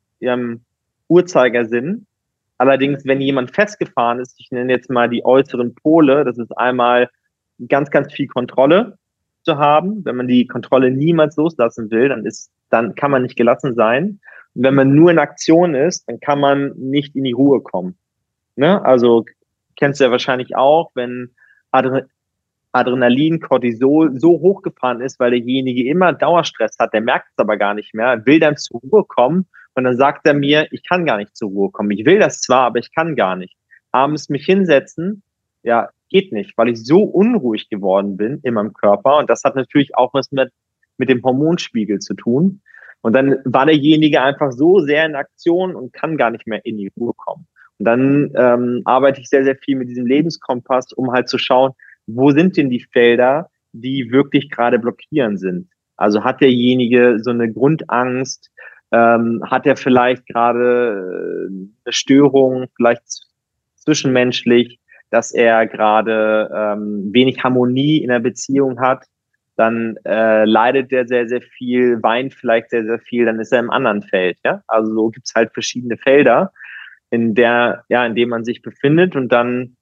im Uhrzeigersinn. Allerdings, wenn jemand festgefahren ist, ich nenne jetzt mal die äußeren Pole, das ist einmal ganz, ganz viel Kontrolle zu haben. Wenn man die Kontrolle niemals loslassen will, dann ist, dann kann man nicht gelassen sein. Und wenn man nur in Aktion ist, dann kann man nicht in die Ruhe kommen. Ne? Also kennst du ja wahrscheinlich auch, wenn Adre Adrenalin, Cortisol so hochgefahren ist, weil derjenige immer Dauerstress hat, der merkt es aber gar nicht mehr, will dann zur Ruhe kommen und dann sagt er mir, ich kann gar nicht zur Ruhe kommen. Ich will das zwar, aber ich kann gar nicht. Abends mich hinsetzen, ja, geht nicht, weil ich so unruhig geworden bin in meinem Körper. Und das hat natürlich auch was mit, mit dem Hormonspiegel zu tun. Und dann war derjenige einfach so sehr in Aktion und kann gar nicht mehr in die Ruhe kommen. Und dann ähm, arbeite ich sehr, sehr viel mit diesem Lebenskompass, um halt zu schauen, wo sind denn die Felder, die wirklich gerade blockierend sind. Also hat derjenige so eine Grundangst, ähm, hat er vielleicht gerade eine Störung, vielleicht zwischenmenschlich, dass er gerade ähm, wenig Harmonie in der Beziehung hat, dann äh, leidet der sehr, sehr viel, weint vielleicht sehr, sehr viel, dann ist er im anderen Feld. Ja? Also so gibt's halt verschiedene Felder, in der, ja, in dem man sich befindet. Und dann,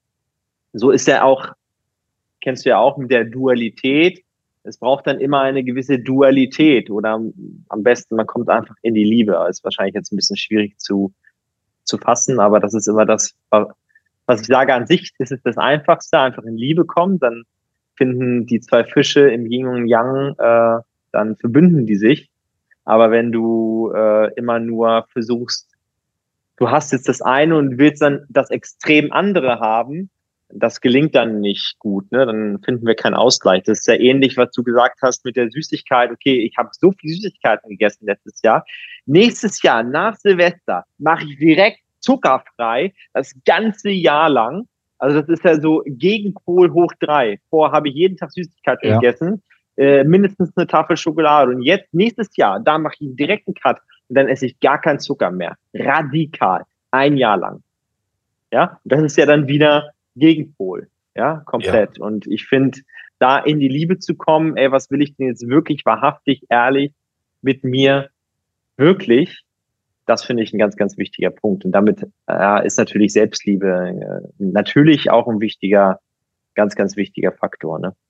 so ist er auch, kennst du ja auch mit der Dualität. Es braucht dann immer eine gewisse Dualität oder am besten, man kommt einfach in die Liebe. Ist wahrscheinlich jetzt ein bisschen schwierig zu, zu fassen, aber das ist immer das, was ich sage, an sich ist es das Einfachste, einfach in Liebe kommen, dann finden die zwei Fische im Yin und Yang, äh, dann verbünden die sich. Aber wenn du äh, immer nur versuchst, du hast jetzt das eine und willst dann das extrem andere haben, das gelingt dann nicht gut, ne? Dann finden wir keinen Ausgleich. Das ist ja ähnlich, was du gesagt hast mit der Süßigkeit. Okay, ich habe so viel Süßigkeiten gegessen letztes Jahr. Nächstes Jahr, nach Silvester, mache ich direkt zuckerfrei, das ganze Jahr lang. Also das ist ja so Gegenpol hoch drei. Vorher habe ich jeden Tag Süßigkeiten ja. gegessen, äh, mindestens eine Tafel Schokolade. Und jetzt, nächstes Jahr, da mache ich direkt einen Cut und dann esse ich gar keinen Zucker mehr. Radikal. Ein Jahr lang. Ja, das ist ja dann wieder Gegenpol. Ja, komplett. Ja. Und ich finde, da in die Liebe zu kommen, ey, was will ich denn jetzt wirklich wahrhaftig, ehrlich mit mir wirklich? Das finde ich ein ganz, ganz wichtiger Punkt. Und damit äh, ist natürlich Selbstliebe äh, natürlich auch ein wichtiger, ganz, ganz wichtiger Faktor, ne?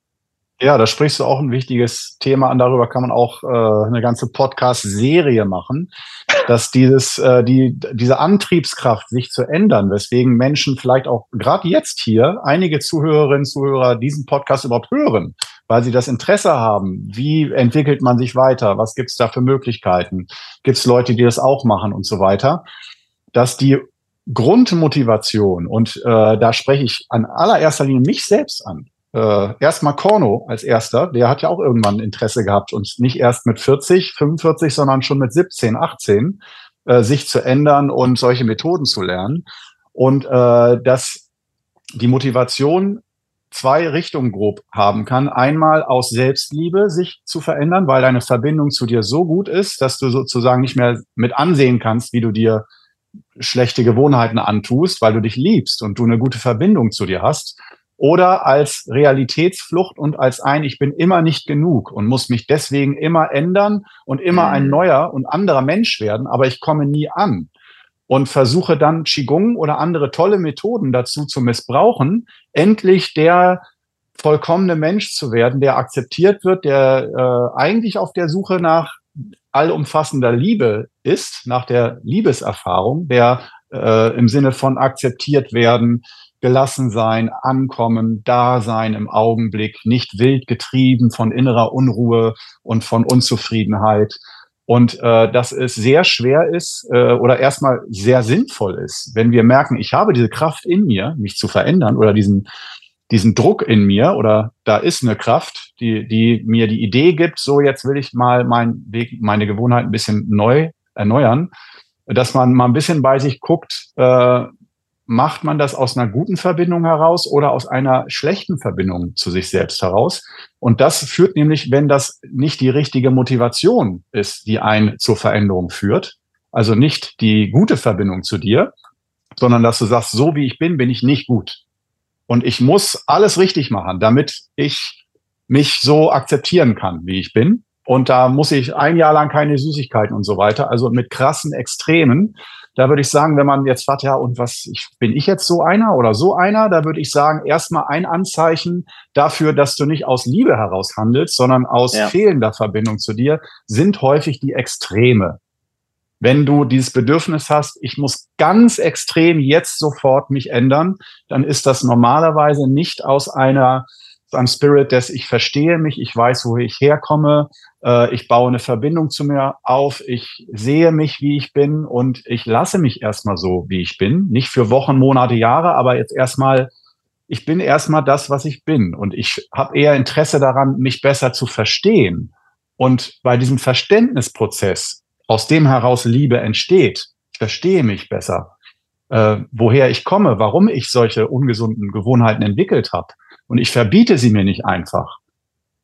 Ja, da sprichst du auch ein wichtiges Thema an. Darüber kann man auch äh, eine ganze Podcast-Serie machen, dass dieses, äh, die, diese Antriebskraft, sich zu ändern, weswegen Menschen vielleicht auch gerade jetzt hier, einige Zuhörerinnen, Zuhörer diesen Podcast überhaupt hören, weil sie das Interesse haben. Wie entwickelt man sich weiter? Was gibt's da für Möglichkeiten? Gibt's Leute, die das auch machen und so weiter? Dass die Grundmotivation, und äh, da spreche ich an allererster Linie mich selbst an, Äh, erstmal Korno als erster, der hat ja auch irgendwann Interesse gehabt und nicht erst mit vierzig, fünfundvierzig, sondern schon mit siebzehn, achtzehn, äh, sich zu ändern und solche Methoden zu lernen. Und äh, dass die Motivation zwei Richtungen grob haben kann. Einmal aus Selbstliebe sich zu verändern, weil deine Verbindung zu dir so gut ist, dass du sozusagen nicht mehr mit ansehen kannst, wie du dir schlechte Gewohnheiten antust, weil du dich liebst und du eine gute Verbindung zu dir hast. Oder als Realitätsflucht und als ein, ich bin immer nicht genug und muss mich deswegen immer ändern und immer ein neuer und anderer Mensch werden, aber ich komme nie an. Und versuche dann Qigong oder andere tolle Methoden dazu zu missbrauchen, endlich der vollkommene Mensch zu werden, der akzeptiert wird, der äh, eigentlich auf der Suche nach allumfassender Liebe ist, nach der Liebeserfahrung, der äh, im Sinne von akzeptiert werden, gelassen sein, ankommen, da sein im Augenblick, nicht wild getrieben von innerer Unruhe und von Unzufriedenheit. Und äh, dass es sehr schwer ist äh, oder erstmal sehr sinnvoll ist, wenn wir merken, ich habe diese Kraft in mir, mich zu verändern oder diesen, diesen Druck in mir oder da ist eine Kraft, die, die mir die Idee gibt, so jetzt will ich mal meinen Weg, meine Gewohnheit ein bisschen neu erneuern, dass man mal ein bisschen bei sich guckt, äh, macht man das aus einer guten Verbindung heraus oder aus einer schlechten Verbindung zu sich selbst heraus? Und das führt nämlich, wenn das nicht die richtige Motivation ist, die einen zur Veränderung führt, also nicht die gute Verbindung zu dir, sondern dass du sagst, so wie ich bin, bin ich nicht gut. Und ich muss alles richtig machen, damit ich mich so akzeptieren kann, wie ich bin. Und da muss ich ein Jahr lang keine Süßigkeiten und so weiter, also mit krassen Extremen. Da würde ich sagen, wenn man jetzt fragt, ja, und was, ich, bin ich jetzt so einer oder so einer? Da würde ich sagen, erstmal ein Anzeichen dafür, dass du nicht aus Liebe heraus handelst, sondern aus ja. fehlender Verbindung zu dir, sind häufig die Extreme. Wenn du dieses Bedürfnis hast, ich muss ganz extrem jetzt sofort mich ändern, dann ist das normalerweise nicht aus einer einem Spirit des, ich verstehe mich, ich weiß, wo ich herkomme, äh, ich baue eine Verbindung zu mir auf, ich sehe mich, wie ich bin und ich lasse mich erstmal so, wie ich bin. Nicht für Wochen, Monate, Jahre, aber jetzt erstmal, ich bin erstmal das, was ich bin und ich habe eher Interesse daran, mich besser zu verstehen. Und bei diesem Verständnisprozess, aus dem heraus Liebe entsteht, ich verstehe mich besser, äh, woher ich komme, warum ich solche ungesunden Gewohnheiten entwickelt habe. Und ich verbiete sie mir nicht einfach,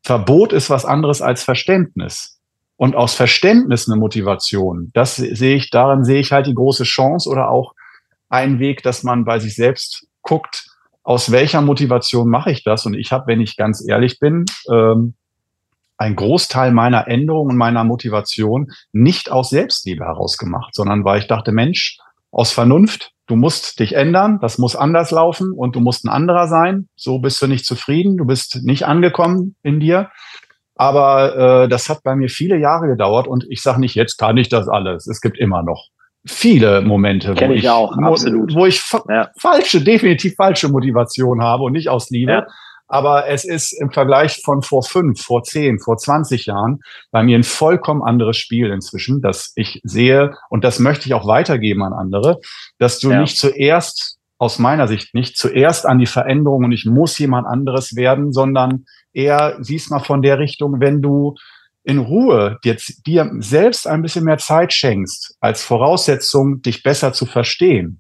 Verbot ist was anderes als Verständnis. Und aus Verständnis eine Motivation, das sehe ich, darin sehe ich halt die große Chance oder auch einen Weg, dass man bei sich selbst guckt, aus welcher Motivation mache ich das? Und ich habe, wenn ich ganz ehrlich bin, ähm, einen Großteil meiner Änderungen und meiner Motivation nicht aus Selbstliebe heraus gemacht, sondern weil ich dachte, Mensch, aus Vernunft, du musst dich ändern, das muss anders laufen und du musst ein anderer sein. So bist du nicht zufrieden, du bist nicht angekommen in dir. Aber äh, das hat bei mir viele Jahre gedauert und ich sage nicht, jetzt kann ich das alles. Es gibt immer noch viele Momente, Kenn wo ich, ich, auch, absolut. wo ich fa ja. falsche, definitiv falsche Motivation habe und nicht aus Liebe. Ja. Aber es ist im Vergleich von vor fünf, vor zehn, vor zwanzig Jahren bei mir ein vollkommen anderes Spiel inzwischen, dass ich sehe, und das möchte ich auch weitergeben an andere, dass du ja. nicht zuerst, aus meiner Sicht nicht zuerst an die Veränderung und ich muss jemand anderes werden, sondern eher siehst mal von der Richtung, wenn du in Ruhe jetzt dir selbst ein bisschen mehr Zeit schenkst, als Voraussetzung, dich besser zu verstehen.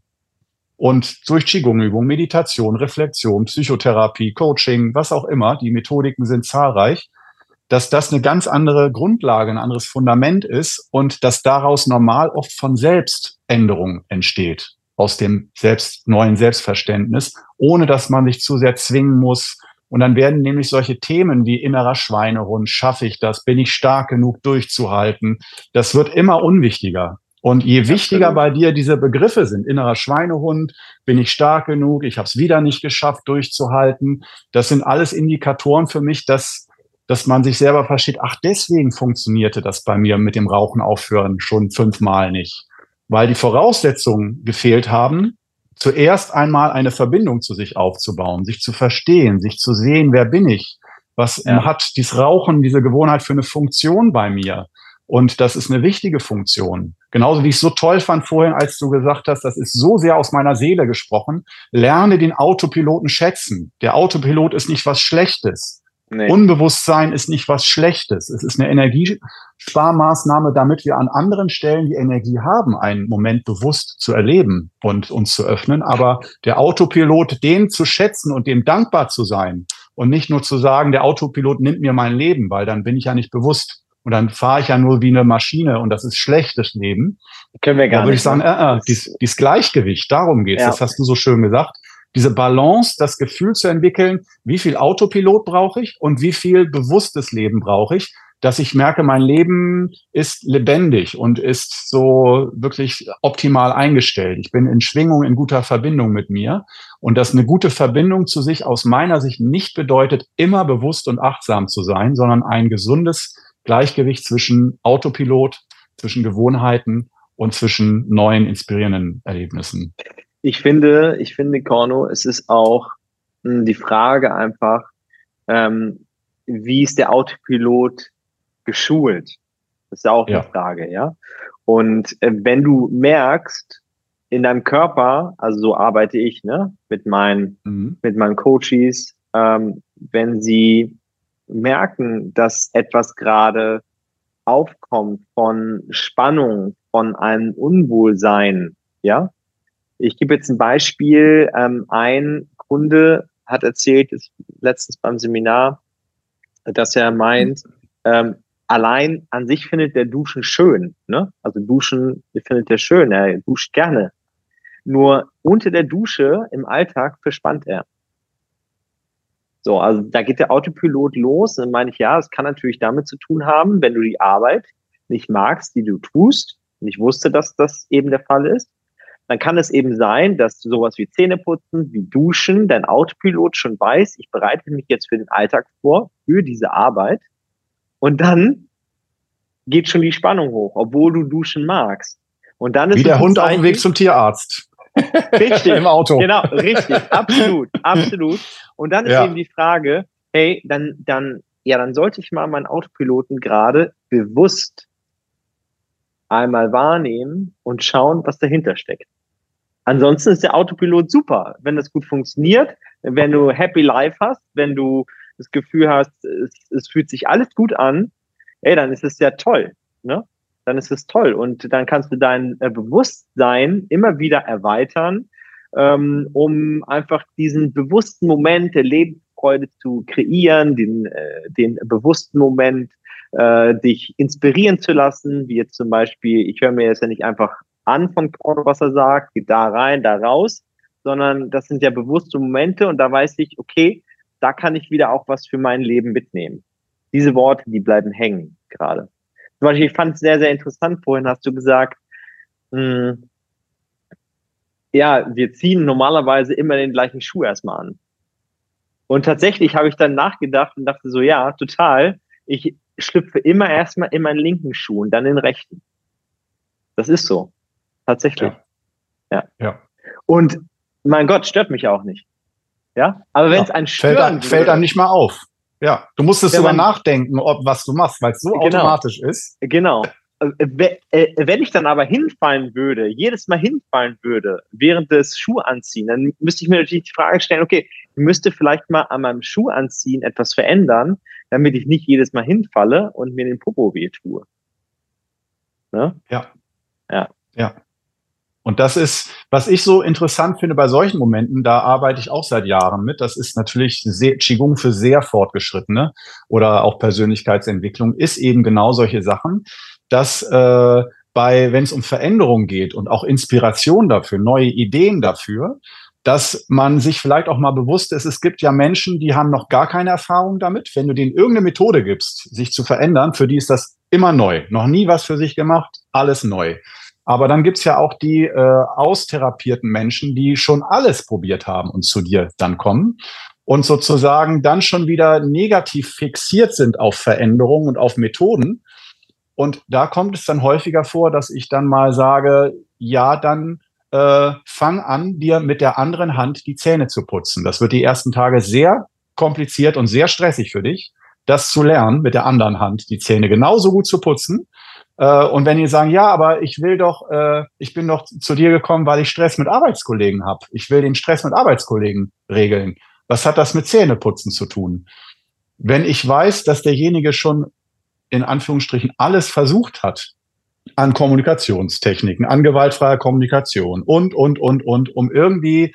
Und durch Qigong-Übung, Meditation, Reflexion, Psychotherapie, Coaching, was auch immer, die Methodiken sind zahlreich, dass das eine ganz andere Grundlage, ein anderes Fundament ist und dass daraus normal oft von selbst Änderung entsteht, aus dem selbst, neuen Selbstverständnis, ohne dass man sich zu sehr zwingen muss. Und dann werden nämlich solche Themen wie innerer Schweinehund, schaffe ich das, bin ich stark genug durchzuhalten, das wird immer unwichtiger. Und je wichtiger bei dir diese Begriffe sind, innerer Schweinehund, bin ich stark genug, ich habe es wieder nicht geschafft durchzuhalten, das sind alles Indikatoren für mich, dass, dass man sich selber versteht, ach, deswegen funktionierte das bei mir mit dem Rauchen aufhören schon fünfmal nicht. Weil die Voraussetzungen gefehlt haben, zuerst einmal eine Verbindung zu sich aufzubauen, sich zu verstehen, sich zu sehen, wer bin ich, was ja. hat dieses Rauchen, diese Gewohnheit für eine Funktion bei mir. Und das ist eine wichtige Funktion. Genauso wie ich es so toll fand vorhin, als du gesagt hast, das ist so sehr aus meiner Seele gesprochen. Lerne den Autopiloten schätzen. Der Autopilot ist nicht was Schlechtes. Nee. Unbewusstsein ist nicht was Schlechtes. Es ist eine Energiesparmaßnahme, damit wir an anderen Stellen die Energie haben, einen Moment bewusst zu erleben und uns zu öffnen. Aber der Autopilot, den zu schätzen und dem dankbar zu sein und nicht nur zu sagen, der Autopilot nimmt mir mein Leben, weil dann bin ich ja nicht bewusst. Und dann fahre ich ja nur wie eine Maschine und das ist schlechtes Leben. Können wir gar da würde nicht. ich sagen, äh, äh, dies, dieses Gleichgewicht, darum geht's. Ja. Das hast du so schön gesagt. Diese Balance, das Gefühl zu entwickeln, wie viel Autopilot brauche ich und wie viel bewusstes Leben brauche ich, dass ich merke, mein Leben ist lebendig und ist so wirklich optimal eingestellt. Ich bin in Schwingung, in guter Verbindung mit mir. Und dass eine gute Verbindung zu sich aus meiner Sicht nicht bedeutet, immer bewusst und achtsam zu sein, sondern ein gesundes Gleichgewicht zwischen Autopilot, zwischen Gewohnheiten und zwischen neuen, inspirierenden Erlebnissen. Ich finde, ich finde, Corno, es ist auch mh, die Frage einfach, ähm, wie ist der Autopilot geschult? Das ist ja auch ja. eine Frage, ja. Und äh, wenn du merkst, in deinem Körper, also so arbeite ich, ne, mit meinen, mhm. mit meinen Coaches, ähm, wenn sie merken, dass etwas gerade aufkommt von Spannung, von einem Unwohlsein, ja. Ich gebe jetzt ein Beispiel. Ähm, ein Kunde hat erzählt, ist letztens beim Seminar, dass er meint, ähm, allein an sich findet der Duschen schön, ne? Also Duschen findet er schön, er duscht gerne. Nur unter der Dusche im Alltag verspannt er. So, also da geht der Autopilot los. Dann meine ich, ja, es kann natürlich damit zu tun haben, wenn du die Arbeit nicht magst, die du tust, und ich wusste, dass das eben der Fall ist, dann kann es eben sein, dass du sowas wie Zähneputzen, wie Duschen, dein Autopilot schon weiß, ich bereite mich jetzt für den Alltag vor, für diese Arbeit. Und dann geht schon die Spannung hoch, obwohl du duschen magst. Und dann ist wie der Hund auf dem Weg zum Tierarzt. Richtig, im Auto. Genau, richtig, absolut, absolut. Und dann ist ja. eben die Frage, hey, dann, dann, ja, dann sollte ich mal meinen Autopiloten gerade bewusst einmal wahrnehmen und schauen, was dahinter steckt. Ansonsten ist der Autopilot super, wenn das gut funktioniert, wenn du Happy Life hast, wenn du das Gefühl hast, es, es fühlt sich alles gut an, ey, dann ist es ja toll, ne? Dann ist es toll und dann kannst du dein äh, Bewusstsein immer wieder erweitern, ähm, um einfach diesen bewussten Moment der Leb- Freude zu kreieren, den, äh, den bewussten Moment, äh, dich inspirieren zu lassen, wie jetzt zum Beispiel, ich höre mir jetzt ja nicht einfach an von Korno, was er sagt, geht da rein, da raus, sondern das sind ja bewusste Momente und da weiß ich, okay, da kann ich wieder auch was für mein Leben mitnehmen. Diese Worte, die bleiben hängen gerade. Zum Beispiel, ich fand es sehr, sehr interessant, vorhin hast du gesagt, mh, ja, wir ziehen normalerweise immer den gleichen Schuh erstmal an. Und tatsächlich habe ich dann nachgedacht und dachte so, ja, total, ich schlüpfe immer erstmal in meinen linken Schuh und dann in den rechten. Das ist so. Tatsächlich. Ja. ja. ja. Und mein Gott, stört mich auch nicht. Ja, aber wenn es ja, einen stören fällt, würde, fällt einem nicht mal auf. Ja, du musstest sogar nachdenken, ob was du machst, weil es so genau, automatisch ist. Genau. Wenn ich dann aber hinfallen würde, jedes Mal hinfallen würde, während des Schuhanziehen, dann müsste ich mir natürlich die Frage stellen, okay, ich müsste vielleicht mal an meinem Schuhanziehen etwas verändern, damit ich nicht jedes Mal hinfalle und mir den Popo weh tue. Ne? Ja. Ja. Ja. Und das ist, was ich so interessant finde bei solchen Momenten, da arbeite ich auch seit Jahren mit. Das ist natürlich sehr, Qigong für sehr Fortgeschrittene oder auch Persönlichkeitsentwicklung ist eben genau solche Sachen, dass äh, bei, wenn es um Veränderung geht und auch Inspiration dafür, neue Ideen dafür, dass man sich vielleicht auch mal bewusst ist, es gibt ja Menschen, die haben noch gar keine Erfahrung damit. Wenn du denen irgendeine Methode gibst, sich zu verändern, für die ist das immer neu. Noch nie was für sich gemacht, alles neu. Aber dann gibt's ja auch die äh, austherapierten Menschen, die schon alles probiert haben und zu dir dann kommen und sozusagen dann schon wieder negativ fixiert sind auf Veränderungen und auf Methoden. Und da kommt es dann häufiger vor, dass ich dann mal sage, ja, dann äh, fang an, dir mit der anderen Hand die Zähne zu putzen. Das wird die ersten Tage sehr kompliziert und sehr stressig für dich, das zu lernen, mit der anderen Hand die Zähne genauso gut zu putzen. Und wenn die sagen, ja, aber ich will doch, äh, ich bin doch zu dir gekommen, weil ich Stress mit Arbeitskollegen habe. Ich will den Stress mit Arbeitskollegen regeln. Was hat das mit Zähneputzen zu tun? Wenn ich weiß, dass derjenige schon in Anführungsstrichen alles versucht hat an Kommunikationstechniken, an gewaltfreier Kommunikation und, und, und, und, um irgendwie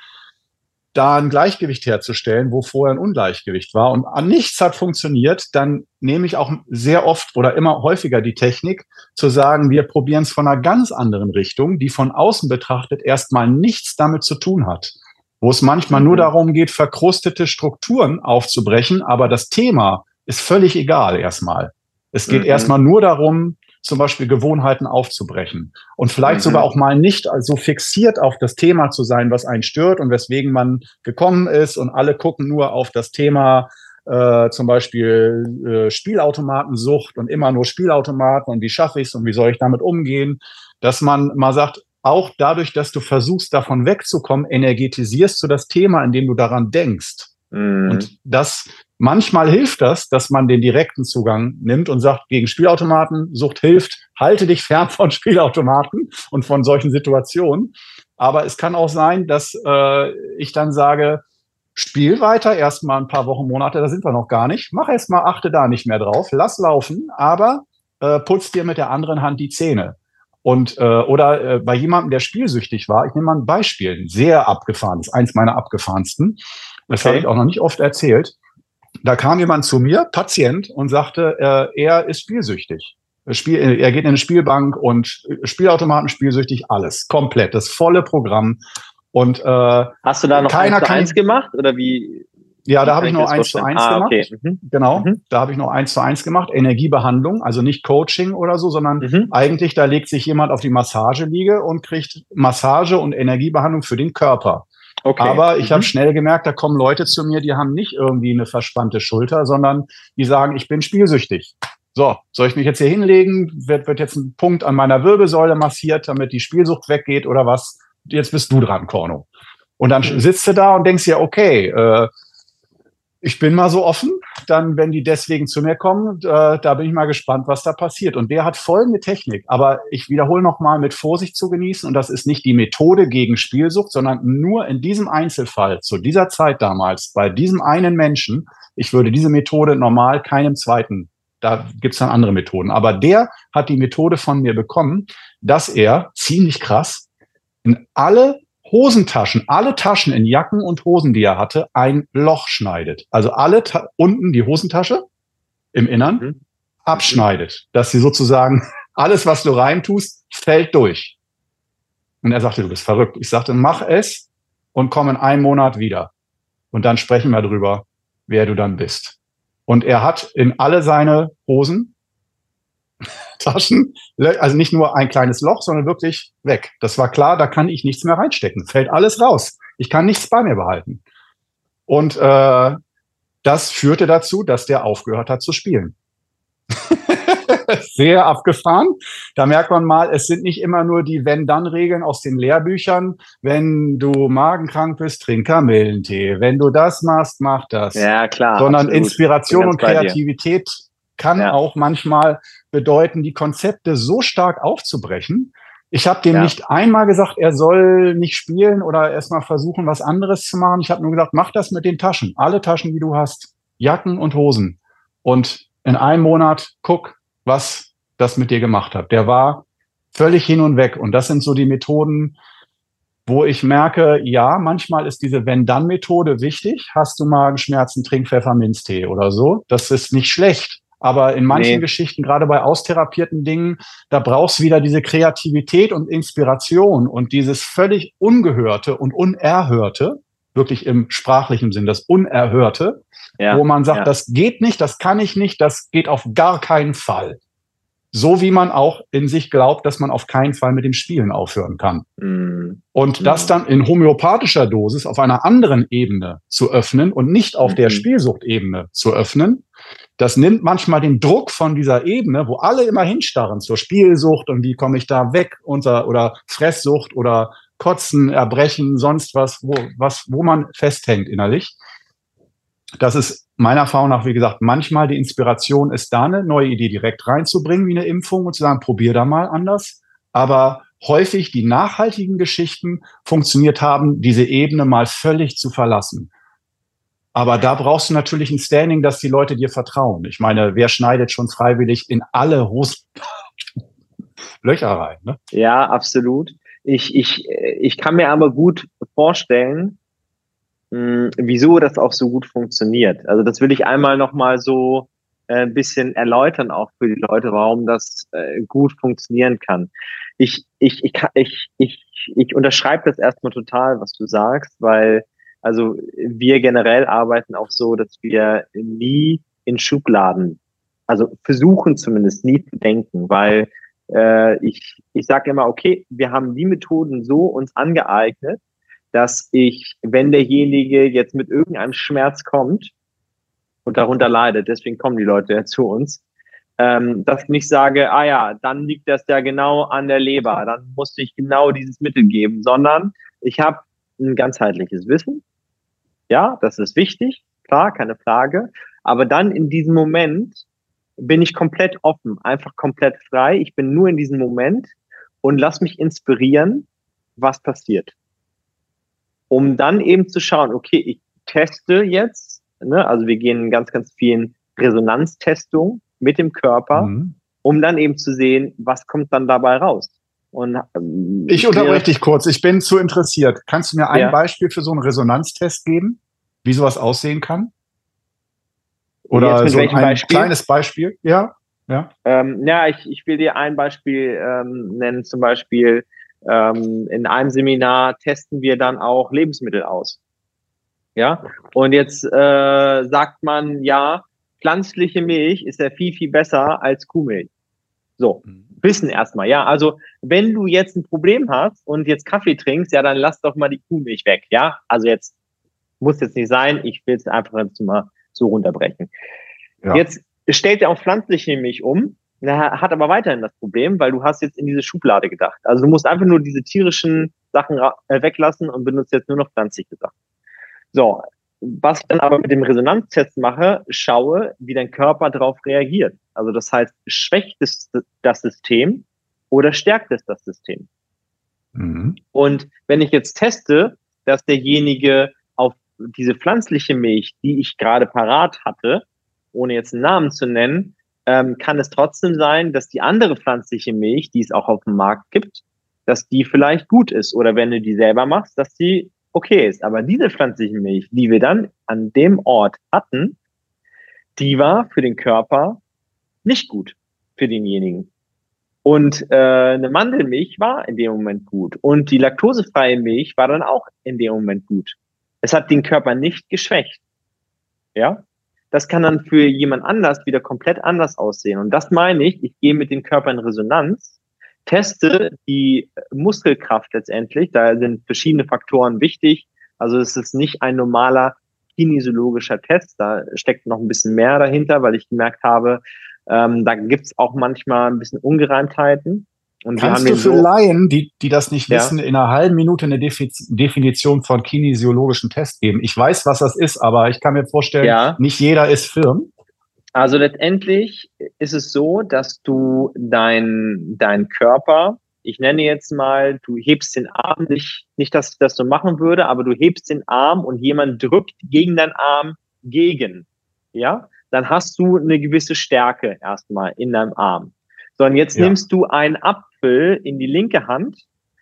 da ein Gleichgewicht herzustellen, wo vorher ein Ungleichgewicht war und an nichts hat funktioniert, dann nehme ich auch sehr oft oder immer häufiger die Technik zu sagen, wir probieren es von einer ganz anderen Richtung, die von außen betrachtet erstmal nichts damit zu tun hat, wo es manchmal mhm. nur darum geht, verkrustete Strukturen aufzubrechen, aber das Thema ist völlig egal erstmal. Es geht mhm. erstmal nur darum, zum Beispiel Gewohnheiten aufzubrechen und vielleicht mhm. sogar auch mal nicht so fixiert auf das Thema zu sein, was einen stört und weswegen man gekommen ist und alle gucken nur auf das Thema äh, zum Beispiel äh, Spielautomatensucht und immer nur Spielautomaten und wie schaffe ich es und wie soll ich damit umgehen, dass man mal sagt, auch dadurch, dass du versuchst, davon wegzukommen, energetisierst du das Thema, indem du daran denkst. Mhm. Und das manchmal hilft das, dass man den direkten Zugang nimmt und sagt, gegen Spielautomaten, Sucht hilft, halte dich fern von Spielautomaten und von solchen Situationen. Aber es kann auch sein, dass äh, ich dann sage, spiel weiter, erstmal ein paar Wochen, Monate, da sind wir noch gar nicht. Mach erst mal, achte da nicht mehr drauf, lass laufen, aber äh, putz dir mit der anderen Hand die Zähne. Und äh, oder äh, bei jemandem, der spielsüchtig war, ich nehme mal ein Beispiel, ein sehr abgefahrenes, eins meiner abgefahrensten. Das okay. habe ich auch noch nicht oft erzählt. Da kam jemand zu mir, Patient, und sagte, äh, er ist spielsüchtig. Spiel, er geht in eine Spielbank und Spielautomaten spielsüchtig, alles, komplett, das volle Programm. Und äh, hast du da noch keiner eins zu eins gemacht oder wie? Ja, wie da habe ich noch eins zu eins ah, gemacht. Okay. Mhm. Genau, mhm. da habe ich noch eins zu eins gemacht. Energiebehandlung, also nicht Coaching oder so, sondern mhm. eigentlich da legt sich jemand auf die Massageliege und kriegt Massage und Energiebehandlung für den Körper. Okay. Aber ich mhm. habe schnell gemerkt, da kommen Leute zu mir, die haben nicht irgendwie eine verspannte Schulter, sondern die sagen, ich bin spielsüchtig. So, soll ich mich jetzt hier hinlegen? Wird, wird jetzt ein Punkt an meiner Wirbelsäule massiert, damit die Spielsucht weggeht oder was? Jetzt bist du dran, Korno. Und dann mhm. sitzt du da und denkst dir, okay, äh, ich bin mal so offen, dann, wenn die deswegen zu mir kommen, äh, da bin ich mal gespannt, was da passiert. Und der hat folgende Technik, aber ich wiederhole nochmal, mit Vorsicht zu genießen. Und das ist nicht die Methode gegen Spielsucht, sondern nur in diesem Einzelfall, zu dieser Zeit damals, bei diesem einen Menschen. Ich würde diese Methode normal keinem zweiten, da gibt's dann andere Methoden. Aber der hat die Methode von mir bekommen, dass er, ziemlich krass, in alle Hosentaschen, alle Taschen in Jacken und Hosen, die er hatte, ein Loch schneidet. Also alle Ta- unten die Hosentasche im Innern Mhm. abschneidet, dass sie sozusagen alles, was du reintust, fällt durch. Und er sagte, du bist verrückt. Ich sagte, mach es und komm in einem Monat wieder. Und dann sprechen wir drüber, wer du dann bist. Und er hat in alle seine Hosen Taschen, also nicht nur ein kleines Loch, sondern wirklich weg. Das war klar, da kann ich nichts mehr reinstecken. Fällt alles raus. Ich kann nichts bei mir behalten. Und äh, das führte dazu, dass der aufgehört hat zu spielen. Sehr abgefahren. Da merkt man mal, es sind nicht immer nur die Wenn-Dann-Regeln aus den Lehrbüchern. Wenn du magenkrank bist, trink Kamillentee. Wenn du das machst, mach das. Ja, klar. Sondern absolut. Inspiration und Kreativität kann ja. auch manchmal bedeuten, die Konzepte so stark aufzubrechen. Ich habe dem ja. nicht einmal gesagt, er soll nicht spielen oder erstmal versuchen, was anderes zu machen. Ich habe nur gesagt, mach das mit den Taschen. Alle Taschen, die du hast. Jacken und Hosen. Und in einem Monat guck, was das mit dir gemacht hat. Der war völlig hin und weg. Und das sind so die Methoden, wo ich merke, ja, manchmal ist diese Wenn-Dann-Methode wichtig. Hast du Magenschmerzen, trink Pfefferminztee oder so. Das ist nicht schlecht. Aber in manchen nee. Geschichten, gerade bei austherapierten Dingen, da brauchst du wieder diese Kreativität und Inspiration und dieses völlig Ungehörte und Unerhörte, wirklich im sprachlichen Sinn, das Unerhörte, ja, wo man sagt, ja. das geht nicht, das kann ich nicht, das geht auf gar keinen Fall. So wie man auch in sich glaubt, dass man auf keinen Fall mit dem Spielen aufhören kann. Mm. Und mm. das dann in homöopathischer Dosis auf einer anderen Ebene zu öffnen und nicht auf mm. der Spielsuchtebene zu öffnen, das nimmt manchmal den Druck von dieser Ebene, wo alle immer hinstarren zur Spielsucht und wie komme ich da weg unter, oder Fresssucht oder Kotzen, Erbrechen, sonst was, wo, was, wo man festhängt innerlich. Das ist meiner Erfahrung nach, wie gesagt, manchmal die Inspiration ist da, eine neue Idee direkt reinzubringen, wie eine Impfung und zu sagen, probier da mal anders. Aber häufig die nachhaltigen Geschichten funktioniert haben, diese Ebene mal völlig zu verlassen. Aber da brauchst du natürlich ein Standing, dass die Leute dir vertrauen. Ich meine, wer schneidet schon freiwillig in alle Hosen Löcher rein? Ne? Ja, absolut. Ich, ich, ich kann mir aber gut vorstellen, mh, wieso das auch so gut funktioniert. Also das will ich einmal nochmal so äh, ein bisschen erläutern, auch für die Leute, warum das äh, gut funktionieren kann. Ich, ich, ich, ich, ich, ich unterschreibe das erstmal total, was du sagst, weil also wir generell arbeiten auch so, dass wir nie in Schubladen, also versuchen zumindest nie zu denken, weil äh, ich ich sage immer, okay, wir haben die Methoden so uns angeeignet, dass ich, wenn derjenige jetzt mit irgendeinem Schmerz kommt und darunter leidet, deswegen kommen die Leute ja zu uns, ähm, dass ich nicht sage, ah ja, dann liegt das ja genau an der Leber, dann musste ich genau dieses Mittel geben, sondern ich habe ein ganzheitliches Wissen. Ja, das ist wichtig, klar, keine Frage. Aber dann in diesem Moment bin ich komplett offen, einfach komplett frei. Ich bin nur in diesem Moment und lass mich inspirieren, was passiert. Um dann eben zu schauen, okay, ich teste jetzt, ne, also wir gehen in ganz, ganz vielen Resonanztestungen mit dem Körper, mhm. um dann eben zu sehen, was kommt dann dabei raus. Und, ähm, ich unterbreche dich kurz, ich bin zu interessiert. Kannst du mir ein ja. Beispiel für so einen Resonanztest geben, wie sowas aussehen kann? Oder so ein Beispiel? kleines Beispiel? Ja, ja. Ähm, ja, ich, ich will dir ein Beispiel ähm, nennen, zum Beispiel ähm, in einem Seminar testen wir dann auch Lebensmittel aus. Ja, und jetzt äh, sagt man, ja, pflanzliche Milch ist ja viel, viel besser als Kuhmilch. So, wissen erstmal, ja. Also, wenn du jetzt ein Problem hast und jetzt Kaffee trinkst, ja, dann lass doch mal die Kuhmilch weg, ja. Also jetzt muss jetzt nicht sein, ich will es einfach jetzt mal so runterbrechen. Ja. Jetzt stellt er auf pflanzliche Milch um, hat aber weiterhin das Problem, weil du hast jetzt in diese Schublade gedacht. Also du musst einfach nur diese tierischen Sachen weglassen und benutzt jetzt nur noch pflanzliche Sachen. So, was ich dann aber mit dem Resonanztest mache, schaue, wie dein Körper darauf reagiert. Also das heißt, schwächt es das System oder stärkt es das System? Mhm. Und wenn ich jetzt teste, dass derjenige auf diese pflanzliche Milch, die ich gerade parat hatte, ohne jetzt einen Namen zu nennen, ähm, kann es trotzdem sein, dass die andere pflanzliche Milch, die es auch auf dem Markt gibt, dass die vielleicht gut ist. Oder wenn du die selber machst, dass die okay ist. Aber diese pflanzliche Milch, die wir dann an dem Ort hatten, die war für den Körper nicht gut für denjenigen. Und äh, eine Mandelmilch war in dem Moment gut. Und die laktosefreie Milch war dann auch in dem Moment gut. Es hat den Körper nicht geschwächt. Ja, das kann dann für jemand anders wieder komplett anders aussehen. Und das meine ich, ich gehe mit dem Körper in Resonanz, teste die Muskelkraft letztendlich. Da sind verschiedene Faktoren wichtig. Also es ist nicht ein normaler kinesiologischer Test. Da steckt noch ein bisschen mehr dahinter, weil ich gemerkt habe, ähm, da gibt's auch manchmal ein bisschen Ungereimtheiten. Und Kannst wir haben du für so, Laien, die, die das nicht ja, wissen, in einer halben Minute eine Defiz Definition von kinesiologischen Test geben? Ich weiß, was das ist, aber ich kann mir vorstellen, ja, nicht jeder ist firm. also letztendlich ist es so, dass du dein, dein Körper, ich nenne jetzt mal, du hebst den Arm, nicht, nicht, dass ich das so machen würde, aber du hebst den Arm und jemand drückt gegen deinen Arm gegen, ja, dann hast du eine gewisse Stärke erstmal in deinem Arm. So, und jetzt Ja. nimmst du einen Apfel in die linke Hand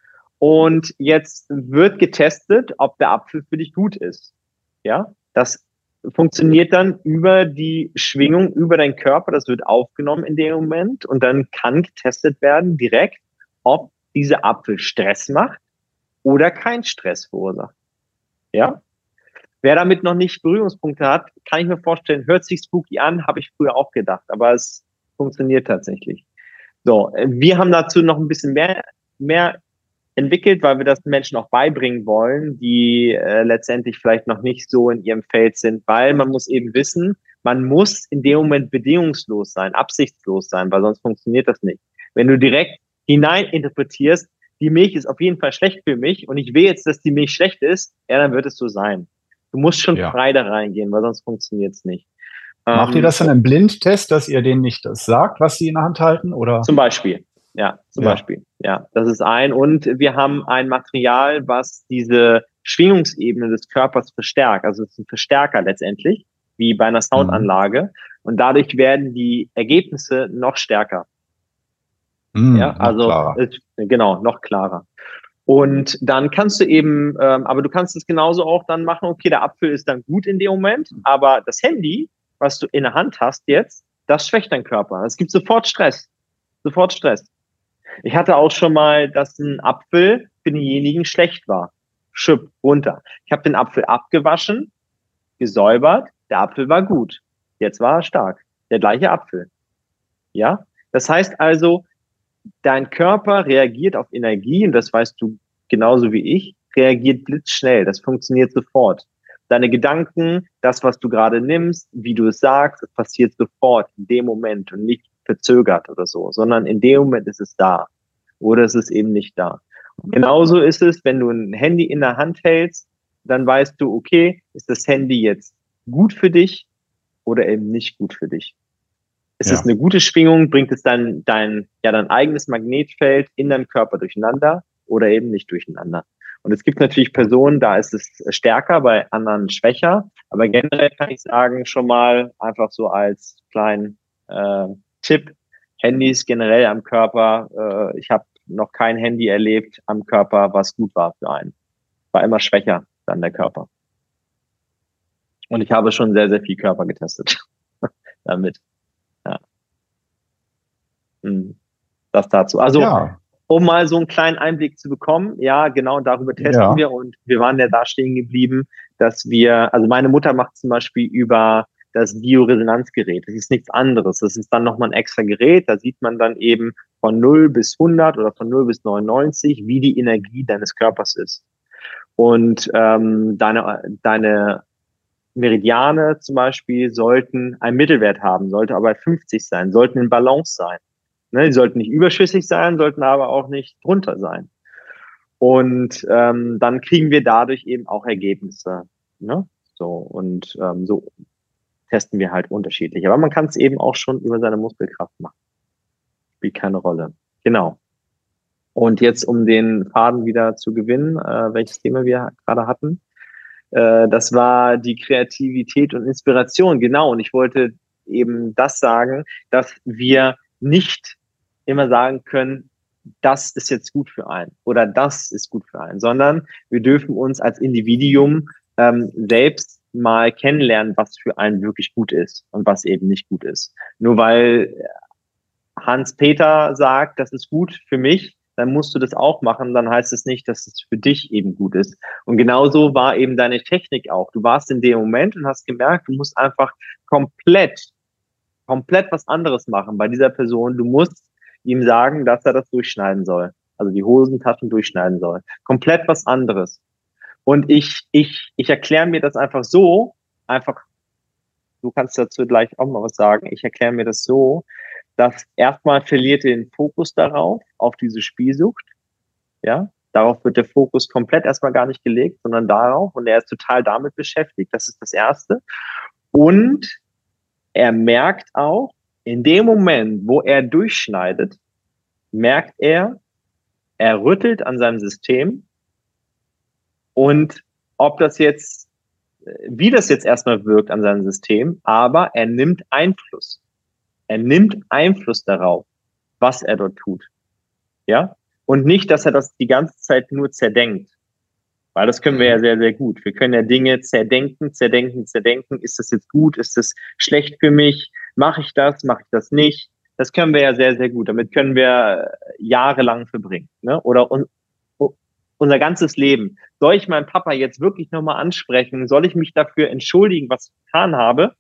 und jetzt wird getestet, ob der Apfel für dich gut ist. Ja, das funktioniert dann über die Schwingung, über deinen Körper. Das wird aufgenommen in dem Moment und dann kann getestet werden direkt, ob dieser Apfel Stress macht oder keinen Stress verursacht. Ja, wer damit noch nicht Berührungspunkte hat, kann ich mir vorstellen, hört sich spooky an, habe ich früher auch gedacht, aber es funktioniert tatsächlich. So, wir haben dazu noch ein bisschen mehr, mehr entwickelt, weil wir das Menschen auch beibringen wollen, die äh, letztendlich vielleicht noch nicht so in ihrem Feld sind, weil man muss eben wissen, man muss in dem Moment bedingungslos sein, absichtslos sein, weil sonst funktioniert das nicht. Wenn du direkt hinein interpretierst, die Milch ist auf jeden Fall schlecht für mich und ich will jetzt, dass die Milch schlecht ist, ja, dann wird es so sein. Du musst schon Ja. frei da reingehen, weil sonst funktioniert es nicht. Macht ihr Ähm, das dann im Blindtest, dass ihr denen nicht das sagt, was sie in der Hand halten? Oder? Zum Beispiel. Ja, zum Ja. Beispiel. Ja, das ist ein. Und wir haben ein Material, was diese Schwingungsebene des Körpers verstärkt. Also es ist ein Verstärker letztendlich, wie bei einer Soundanlage. Mhm. Und dadurch werden die Ergebnisse noch stärker. Mhm, ja, noch also klarer. äh, genau, noch klarer. Und dann kannst du eben, ähm, aber du kannst es genauso auch dann machen, okay, der Apfel ist dann gut in dem Moment, aber das Handy, was du in der Hand hast jetzt, das schwächt deinen Körper. Es gibt sofort Stress. Sofort Stress. Ich hatte auch schon mal, dass ein Apfel für denjenigen schlecht war. Schüpp, runter. Ich habe den Apfel abgewaschen, gesäubert, der Apfel war gut. Jetzt war er stark. Der gleiche Apfel. Ja? Das heißt also, dein Körper reagiert auf Energie, und das weißt du genauso wie ich, reagiert blitzschnell. Das funktioniert sofort. Deine Gedanken, das, was du gerade nimmst, wie du es sagst, es passiert sofort in dem Moment und nicht verzögert oder so, sondern in dem Moment ist es da oder es ist eben nicht da. Und genauso ist es, wenn du ein Handy in der Hand hältst, dann weißt du, okay, ist das Handy jetzt gut für dich oder eben nicht gut für dich? Ist es Ja. eine gute Schwingung? Bringt es dein, dein, ja, dein eigenes Magnetfeld in deinem Körper durcheinander oder eben nicht durcheinander? Und es gibt natürlich Personen, da ist es stärker, bei anderen schwächer. Aber generell kann ich sagen, schon mal einfach so als kleinen äh, Tipp, Handys generell am Körper. Äh, ich habe noch kein Handy erlebt am Körper, was gut war für einen. War immer schwächer dann der Körper. Und ich habe schon sehr, sehr viel Körper getestet damit. Ja. Das dazu. Also, Ja. um mal so einen kleinen Einblick zu bekommen, ja, genau darüber testen Ja. wir und wir waren ja da stehen geblieben, dass wir, also meine Mutter macht zum Beispiel über das Bioresonanzgerät. Das ist nichts anderes. Das ist dann nochmal ein extra Gerät. Da sieht man dann eben von null bis hundert oder von null bis neunundneunzig, wie die Energie deines Körpers ist. Und ähm, deine, deine Meridiane zum Beispiel sollten einen Mittelwert haben, sollte aber fünfzig sein, sollten in Balance sein. Ne, die sollten nicht überschüssig sein, sollten aber auch nicht drunter sein. Und ähm, dann kriegen wir dadurch eben auch Ergebnisse. Ne? So, und ähm, so testen wir halt unterschiedlich. Aber man kann es eben auch schon über seine Muskelkraft machen. Spielt keine Rolle. Genau. Und jetzt, um den Faden wieder zu gewinnen, äh, welches Thema wir gerade hatten, äh, das war die Kreativität und Inspiration. Genau. Und ich wollte eben das sagen, dass wir nicht immer sagen können, das ist jetzt gut für einen oder das ist gut für einen, sondern wir dürfen uns als Individuum ähm, selbst mal kennenlernen, was für einen wirklich gut ist und was eben nicht gut ist. Nur weil Hans-Peter sagt, das ist gut für mich, dann musst du das auch machen, dann heißt es nicht, dass es für dich eben gut ist. Und genauso war eben deine Technik auch. Du warst in dem Moment und hast gemerkt, du musst einfach komplett, komplett was anderes machen bei dieser Person. Du musst ihm sagen, dass er das durchschneiden soll. Also die Hosentaschen durchschneiden soll. Komplett was anderes. Und ich, ich, ich erkläre mir das einfach so, einfach, du kannst dazu gleich auch mal was sagen, ich erkläre mir das so, dass erstmal verliert er den Fokus darauf, auf diese Spielsucht, ja, darauf wird der Fokus komplett erstmal gar nicht gelegt, sondern darauf, und er ist total damit beschäftigt, das ist das Erste. Und er merkt auch, in dem Moment, wo er durchschneidet, merkt er, er rüttelt an seinem System und ob das jetzt, wie das jetzt erstmal wirkt an seinem System, aber er nimmt Einfluss. Er nimmt Einfluss darauf, was er dort tut. Ja? Und nicht, dass er das die ganze Zeit nur zerdenkt. Weil das können wir ja sehr, sehr gut. Wir können ja Dinge zerdenken, zerdenken, zerdenken. Ist das jetzt gut? Ist das schlecht für mich? Mache ich das? Mache ich das nicht? Das können wir ja sehr, sehr gut. Damit können wir jahrelang verbringen. Ne? Oder un unser ganzes Leben. Soll ich meinen Papa jetzt wirklich nochmal ansprechen? Soll ich mich dafür entschuldigen, was ich getan habe?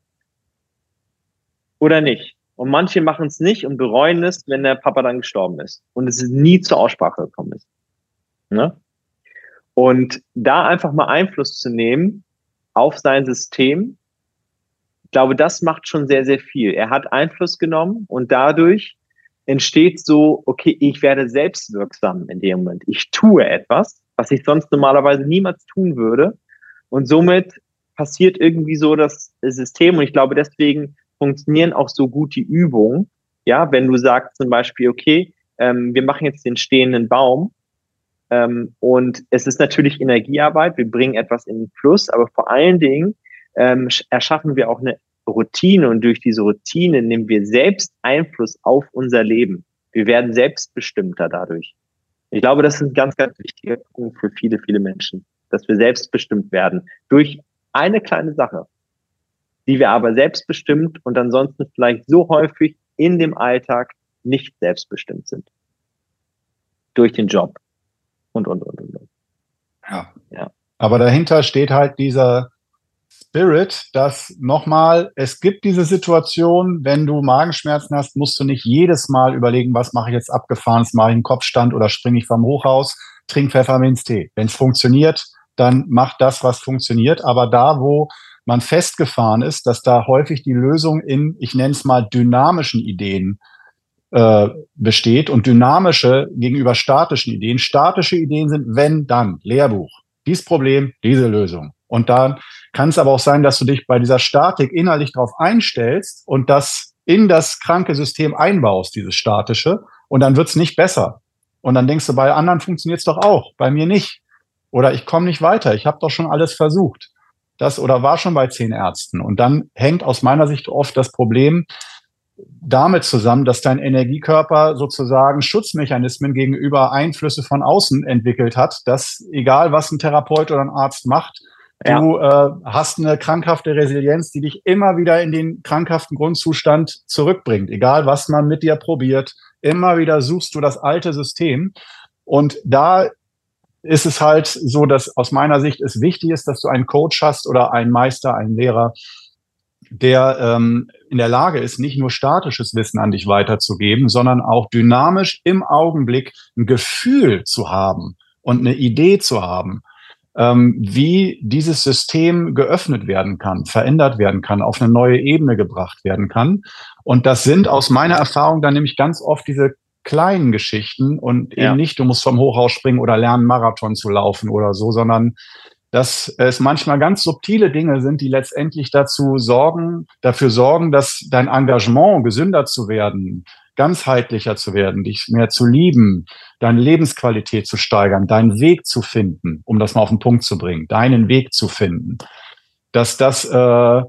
Oder nicht? Und manche machen es nicht und bereuen es, wenn der Papa dann gestorben ist und es nie zur Aussprache gekommen ist. Ne? Und da einfach mal Einfluss zu nehmen auf sein System, ich glaube, das macht schon sehr, sehr viel. Er hat Einfluss genommen und dadurch entsteht so, okay, ich werde selbstwirksam in dem Moment. Ich tue etwas, was ich sonst normalerweise niemals tun würde. Und somit passiert irgendwie so das System. Und ich glaube, deswegen funktionieren auch so gut die Übungen. Ja, wenn du sagst zum Beispiel, okay, ähm, wir machen jetzt den stehenden Baum. Ähm, und es ist natürlich Energiearbeit. Wir bringen etwas in den Fluss, aber vor allen Dingen ähm, erschaffen wir auch eine Routine und durch diese Routine nehmen wir selbst Einfluss auf unser Leben. Wir werden selbstbestimmter dadurch. Ich glaube, das ist ein ganz, ganz wichtiger Punkt für viele, viele Menschen, dass wir selbstbestimmt werden durch eine kleine Sache, die wir aber selbstbestimmt und ansonsten vielleicht so häufig in dem Alltag nicht selbstbestimmt sind. Durch den Job und, und, und, und. Ja. Ja. Aber dahinter steht halt dieser Spirit, dass nochmal, es gibt diese Situation, wenn du Magenschmerzen hast, musst du nicht jedes Mal überlegen, was mache ich jetzt abgefahrenes, mache ich einen Kopfstand oder springe ich vom Hochhaus, trink Pfefferminztee. Wenn es funktioniert, dann mach das, was funktioniert. Aber da, wo man festgefahren ist, dass da häufig die Lösung in, ich nenne es mal, dynamischen Ideen äh, besteht und dynamische gegenüber statischen Ideen. Statische Ideen sind wenn, dann, Lehrbuch. Dieses Problem, diese Lösung. Und dann kann es aber auch sein, dass du dich bei dieser Statik innerlich darauf einstellst und das in das kranke System einbaust, dieses Statische, und dann wird es nicht besser. Und dann denkst du, bei anderen funktioniert es doch auch, bei mir nicht. Oder ich komme nicht weiter, ich habe doch schon alles versucht. Das oder war schon bei zehn Ärzten. Und dann hängt aus meiner Sicht oft das Problem damit zusammen, dass dein Energiekörper sozusagen Schutzmechanismen gegenüber Einflüsse von außen entwickelt hat, dass egal, was ein Therapeut oder ein Arzt macht, du ja. äh, hast eine krankhafte Resilienz, die dich immer wieder in den krankhaften Grundzustand zurückbringt. Egal, was man mit dir probiert, immer wieder suchst du das alte System. Und da ist es halt so, dass aus meiner Sicht es wichtig ist, dass du einen Coach hast oder einen Meister, einen Lehrer, der ähm, in der Lage ist, nicht nur statisches Wissen an dich weiterzugeben, sondern auch dynamisch im Augenblick ein Gefühl zu haben und eine Idee zu haben, ähm, wie dieses System geöffnet werden kann, verändert werden kann, auf eine neue Ebene gebracht werden kann. Und das sind aus meiner Erfahrung dann nämlich ganz oft diese kleinen Geschichten und ja. eben nicht, du musst vom Hochhaus springen oder lernen, Marathon zu laufen oder so, sondern dass es manchmal ganz subtile Dinge sind, die letztendlich dazu sorgen, dafür sorgen, dass dein Engagement, gesünder zu werden, ganzheitlicher zu werden, dich mehr zu lieben, deine Lebensqualität zu steigern, deinen Weg zu finden, um das mal auf den Punkt zu bringen, deinen Weg zu finden, dass das äh,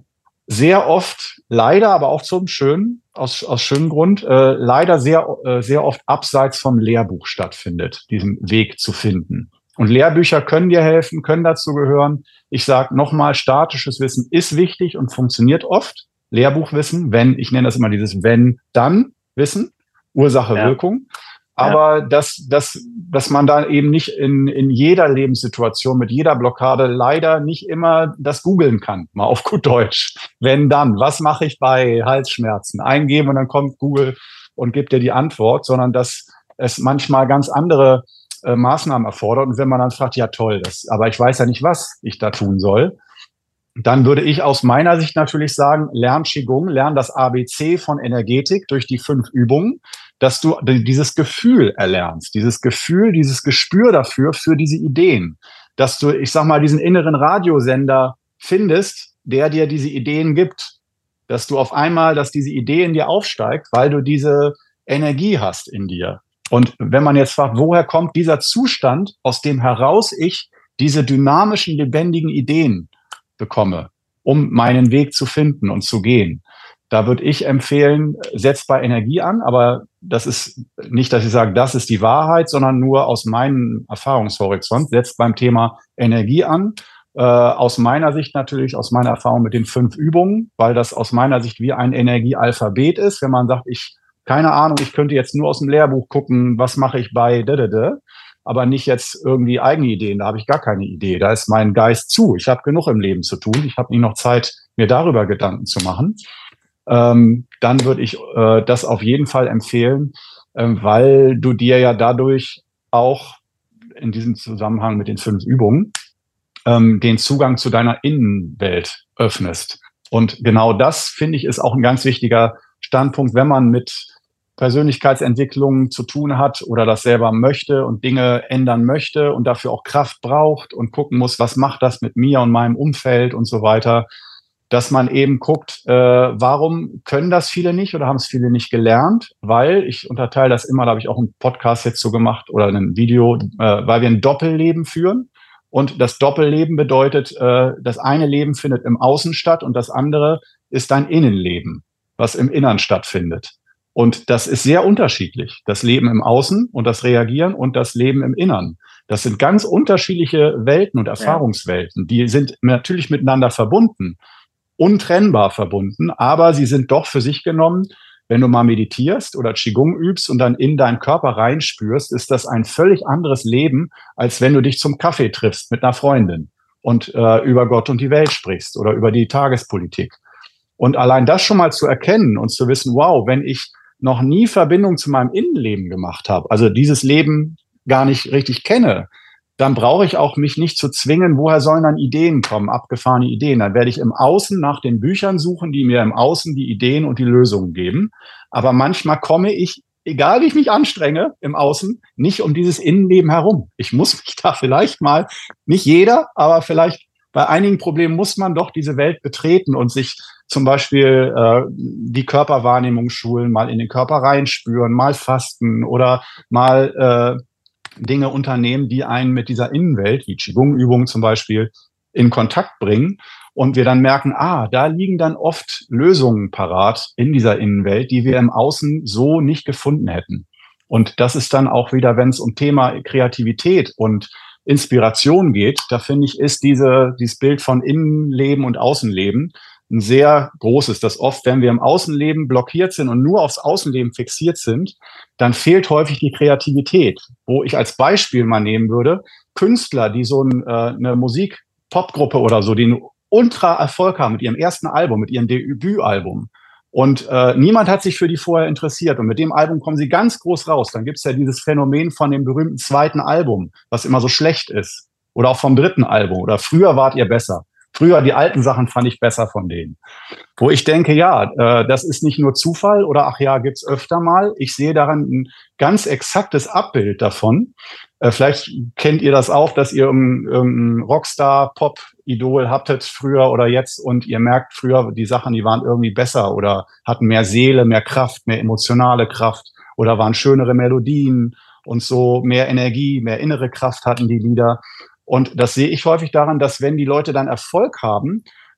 sehr oft, leider, aber auch zum schönen, aus, aus schönem Grund, äh, leider sehr, äh, sehr oft abseits vom Lehrbuch stattfindet, diesen Weg zu finden. Und Lehrbücher können dir helfen, können dazu gehören. Ich sage nochmal, statisches Wissen ist wichtig und funktioniert oft. Lehrbuchwissen, wenn, ich nenne das immer dieses Wenn-Dann-Wissen, Ursache, ja. Wirkung. Aber ja. dass, dass, dass man da eben nicht in, in jeder Lebenssituation mit jeder Blockade leider nicht immer das googeln kann, mal auf gut Deutsch. Wenn dann, was mache ich bei Halsschmerzen? Eingeben und dann kommt Google und gibt dir die Antwort, sondern dass es manchmal ganz andere äh, Maßnahmen erfordert. Und wenn man dann fragt, ja toll, das, aber ich weiß ja nicht, was ich da tun soll, dann würde ich aus meiner Sicht natürlich sagen, lern Qigong, lern das A B C von Energetik durch die fünf Übungen, dass du dieses Gefühl erlernst, dieses Gefühl, dieses Gespür dafür, für diese Ideen, dass du, ich sag mal, diesen inneren Radiosender findest, der dir diese Ideen gibt, dass du auf einmal, dass diese Idee in dir aufsteigt, weil du diese Energie hast in dir. Und wenn man jetzt fragt, woher kommt dieser Zustand, aus dem heraus ich diese dynamischen, lebendigen Ideen bekomme, um meinen Weg zu finden und zu gehen. Da würde ich empfehlen, setzt bei Energie an, aber das ist nicht, dass ich sage, das ist die Wahrheit, sondern nur aus meinem Erfahrungshorizont, setzt beim Thema Energie an. Äh, aus meiner Sicht natürlich, aus meiner Erfahrung mit den fünf Übungen, weil das aus meiner Sicht wie ein Energiealphabet ist. Wenn man sagt, ich, keine Ahnung, ich könnte jetzt nur aus dem Lehrbuch gucken, was mache ich bei da, aber nicht jetzt irgendwie eigene Ideen, da habe ich gar keine Idee. Da ist mein Geist zu. Ich habe genug im Leben zu tun. Ich habe nicht noch Zeit, mir darüber Gedanken zu machen. Ähm, dann würde ich äh, das auf jeden Fall empfehlen, ähm, weil du dir ja dadurch auch in diesem Zusammenhang mit den fünf Übungen ähm, den Zugang zu deiner Innenwelt öffnest. Und genau das, finde ich, ist auch ein ganz wichtiger Standpunkt, wenn man mit Persönlichkeitsentwicklung zu tun hat oder das selber möchte und Dinge ändern möchte und dafür auch Kraft braucht und gucken muss, was macht das mit mir und meinem Umfeld und so weiter, dass man eben guckt, äh, warum können das viele nicht oder haben es viele nicht gelernt, weil, ich unterteile das immer, da habe ich auch einen Podcast jetzt so gemacht oder ein Video, äh, weil wir ein Doppelleben führen. Und das Doppelleben bedeutet, äh, das eine Leben findet im Außen statt und das andere ist dein Innenleben, was im Innern stattfindet. Und das ist sehr unterschiedlich. Das Leben im Außen und das Reagieren und das Leben im Innern. Das sind ganz unterschiedliche Welten und Erfahrungswelten. Die sind natürlich miteinander verbunden, untrennbar verbunden, aber sie sind doch für sich genommen, wenn du mal meditierst oder Qigong übst und dann in deinen Körper reinspürst, ist das ein völlig anderes Leben, als wenn du dich zum Kaffee triffst mit einer Freundin und äh, über Gott und die Welt sprichst oder über die Tagespolitik. Und allein das schon mal zu erkennen und zu wissen, wow, wenn ich noch nie Verbindung zu meinem Innenleben gemacht habe, also dieses Leben gar nicht richtig kenne, dann brauche ich auch mich nicht zu zwingen, woher sollen dann Ideen kommen, abgefahrene Ideen. Dann werde ich im Außen nach den Büchern suchen, die mir im Außen die Ideen und die Lösungen geben. Aber manchmal komme ich, egal wie ich mich anstrenge im Außen, nicht um dieses Innenleben herum. Ich muss mich da vielleicht mal, nicht jeder, aber vielleicht bei einigen Problemen muss man doch diese Welt betreten und sich zum Beispiel äh, die Körperwahrnehmung schulen, mal in den Körper reinspüren, mal fasten oder mal äh, Dinge unternehmen, die einen mit dieser Innenwelt, wie Qigong-Übungen zum Beispiel, in Kontakt bringen. Und wir dann merken, ah, da liegen dann oft Lösungen parat in dieser Innenwelt, die wir im Außen so nicht gefunden hätten. Und das ist dann auch wieder, wenn es um Thema Kreativität und Inspiration geht, da finde ich, ist diese, dieses Bild von Innenleben und Außenleben ein sehr großes, dass oft, wenn wir im Außenleben blockiert sind und nur aufs Außenleben fixiert sind, dann fehlt häufig die Kreativität. Wo ich als Beispiel mal nehmen würde, Künstler, die so ein, äh, eine Musik-Popgruppe oder so, die einen Ultra-Erfolg haben mit ihrem ersten Album, mit ihrem Debütalbum. Und äh, niemand hat sich für die vorher interessiert. Und mit dem Album kommen sie ganz groß raus. Dann gibt es ja dieses Phänomen von dem berühmten zweiten Album, was immer so schlecht ist. Oder auch vom dritten Album. Oder früher wart ihr besser. Früher, die alten Sachen fand ich besser von denen. Wo ich denke, ja, äh, das ist nicht nur Zufall oder ach ja, gibt's öfter mal. Ich sehe daran ein ganz exaktes Abbild davon. Äh, vielleicht kennt ihr das auch, dass ihr irgendein Rockstar-Pop-Idol hattet früher oder jetzt und ihr merkt früher, die Sachen, die waren irgendwie besser oder hatten mehr Seele, mehr Kraft, mehr emotionale Kraft oder waren schönere Melodien und so mehr Energie, mehr innere Kraft hatten die Lieder. Und das sehe ich häufig daran, dass wenn die Leute dann Erfolg haben,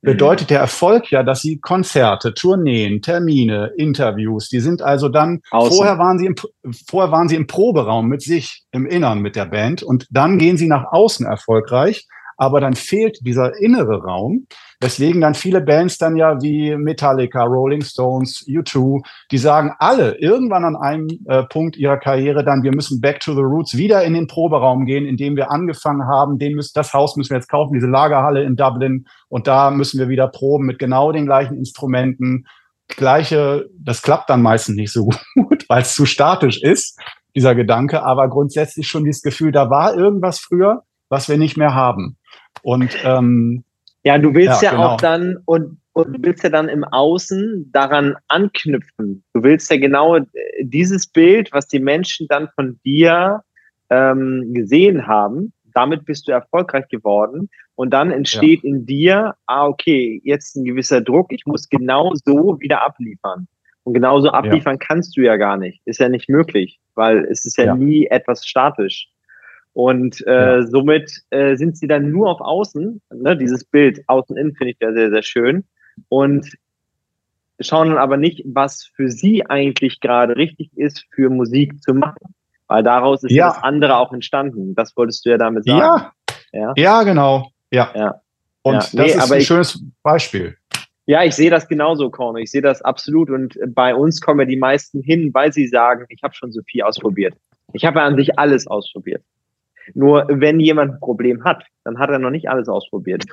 bedeutet der Erfolg ja, dass sie Konzerte, Tourneen, Termine, Interviews, die sind also dann, vorher waren sie im, vorher waren sie im Proberaum mit sich, im Innern mit der Band und dann gehen sie nach außen erfolgreich, aber dann fehlt dieser innere Raum, weswegen dann viele Bands dann ja wie Metallica, Rolling Stones, U zwei, die sagen alle irgendwann an einem äh, Punkt ihrer Karriere dann, wir müssen back to the roots, wieder in den Proberaum gehen, in dem wir angefangen haben, den müssen, das Haus müssen wir jetzt kaufen, diese Lagerhalle in Dublin und da müssen wir wieder proben mit genau den gleichen Instrumenten. Gleiche, das klappt dann meistens nicht so gut, weil es zu statisch ist, dieser Gedanke, aber grundsätzlich schon dieses Gefühl, da war irgendwas früher, was wir nicht mehr haben. Und ähm, ja, du willst ja, ja genau. auch dann und, und du willst ja dann im Außen daran anknüpfen. Du willst ja genau dieses Bild, was die Menschen dann von dir ähm, gesehen haben, damit bist du erfolgreich geworden und dann entsteht ja. in dir, ah okay, jetzt ein gewisser Druck, ich muss genau so wieder abliefern. Und genauso abliefern ja. kannst du ja gar nicht. Ist ja nicht möglich, weil es ist ja, ja. nie etwas statisch. Und äh, ja. somit äh, sind sie dann nur auf Außen, ne, dieses Bild außen-innen finde ich ja sehr, sehr schön und schauen dann aber nicht, was für sie eigentlich gerade richtig ist, für Musik zu machen. Weil daraus ist ja, ja das andere auch entstanden. Das wolltest du ja damit sagen. Ja, ja, ja genau. Ja. ja. Und ja. das nee, ist ein ich, schönes Beispiel. Ja, ich sehe das genauso, Corno. Ich sehe das absolut. Und bei uns kommen ja die meisten hin, weil sie sagen, ich habe schon so viel ausprobiert. Ich habe ja an sich alles ausprobiert. Nur wenn jemand ein Problem hat, dann hat er noch nicht alles ausprobiert.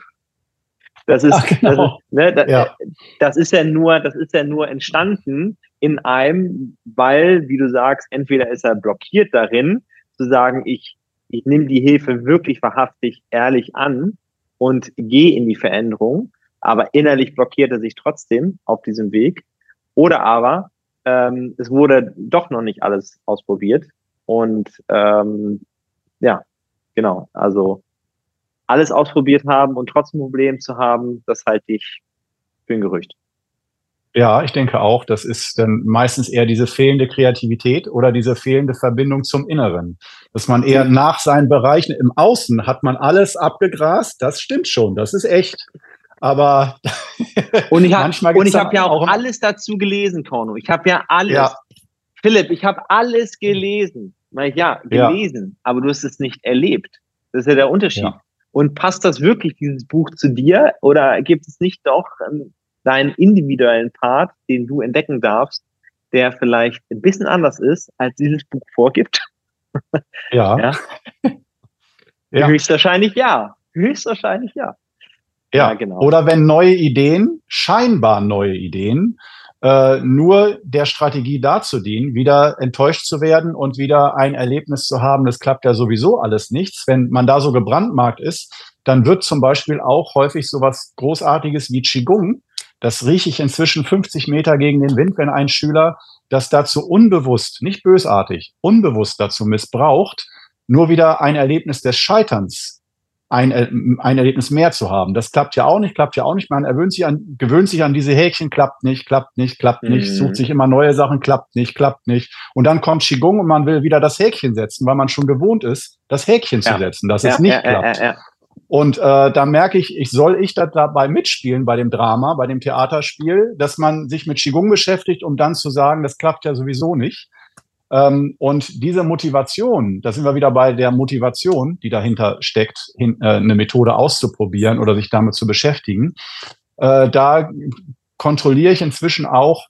Das ist, Ach, genau. das, ist ne, das, ja. das ist ja nur, das ist ja nur entstanden in einem, weil, wie du sagst, entweder ist er blockiert darin, zu sagen, ich, ich nehme die Hilfe wirklich wahrhaftig ehrlich an und gehe in die Veränderung, aber innerlich blockiert er sich trotzdem auf diesem Weg. Oder aber ähm, es wurde doch noch nicht alles ausprobiert und ähm, ja, genau. Also alles ausprobiert haben und trotzdem ein Problem zu haben, das halte ich für ein Gerücht. Ja, ich denke auch, das ist dann meistens eher diese fehlende Kreativität oder diese fehlende Verbindung zum Inneren. Dass man eher nach seinen Bereichen im Außen hat man alles abgegrast, das stimmt schon, das ist echt. Aber und ich habe hab ja auch, auch alles dazu gelesen, Corno. Ich habe ja alles. Ja. Philipp, ich habe alles gelesen. Ja, gelesen, ja. aber du hast es nicht erlebt. Das ist ja der Unterschied. Ja. Und passt das wirklich, dieses Buch, zu dir? Oder gibt es nicht doch ähm, deinen individuellen Part, den du entdecken darfst, der vielleicht ein bisschen anders ist, als dieses Buch vorgibt? Ja. ja? ja. Höchstwahrscheinlich ja. Höchstwahrscheinlich ja. Ja, ja, genau. Oder wenn neue Ideen, scheinbar neue Ideen, Äh, nur der Strategie dazu dienen, wieder enttäuscht zu werden und wieder ein Erlebnis zu haben, das klappt ja sowieso alles nichts. Wenn man da so gebrandmarkt ist, dann wird zum Beispiel auch häufig sowas Großartiges wie Qigong, das rieche ich inzwischen fünfzig Meter gegen den Wind, wenn ein Schüler das dazu unbewusst, nicht bösartig, unbewusst dazu missbraucht, nur wieder ein Erlebnis des Scheiterns Ein, ein Erlebnis mehr zu haben. Das klappt ja auch nicht, klappt ja auch nicht. Man gewöhnt sich an, gewöhnt sich an diese Häkchen, klappt nicht, klappt nicht, klappt nicht, mhm. sucht sich immer neue Sachen, klappt nicht, klappt nicht. Und dann kommt Qigong und man will wieder das Häkchen setzen, weil man schon gewohnt ist, das Häkchen ja. zu setzen, dass ja, es nicht ja, klappt. Ja, ja, ja. Und äh, da merke ich, ich soll ich da dabei mitspielen bei dem Drama, bei dem Theaterspiel, dass man sich mit Qigong beschäftigt, um dann zu sagen, das klappt ja sowieso nicht. Ähm, und diese Motivation, da sind wir wieder bei der Motivation, die dahinter steckt, hin, äh, eine Methode auszuprobieren oder sich damit zu beschäftigen. Äh, da kontrolliere ich inzwischen auch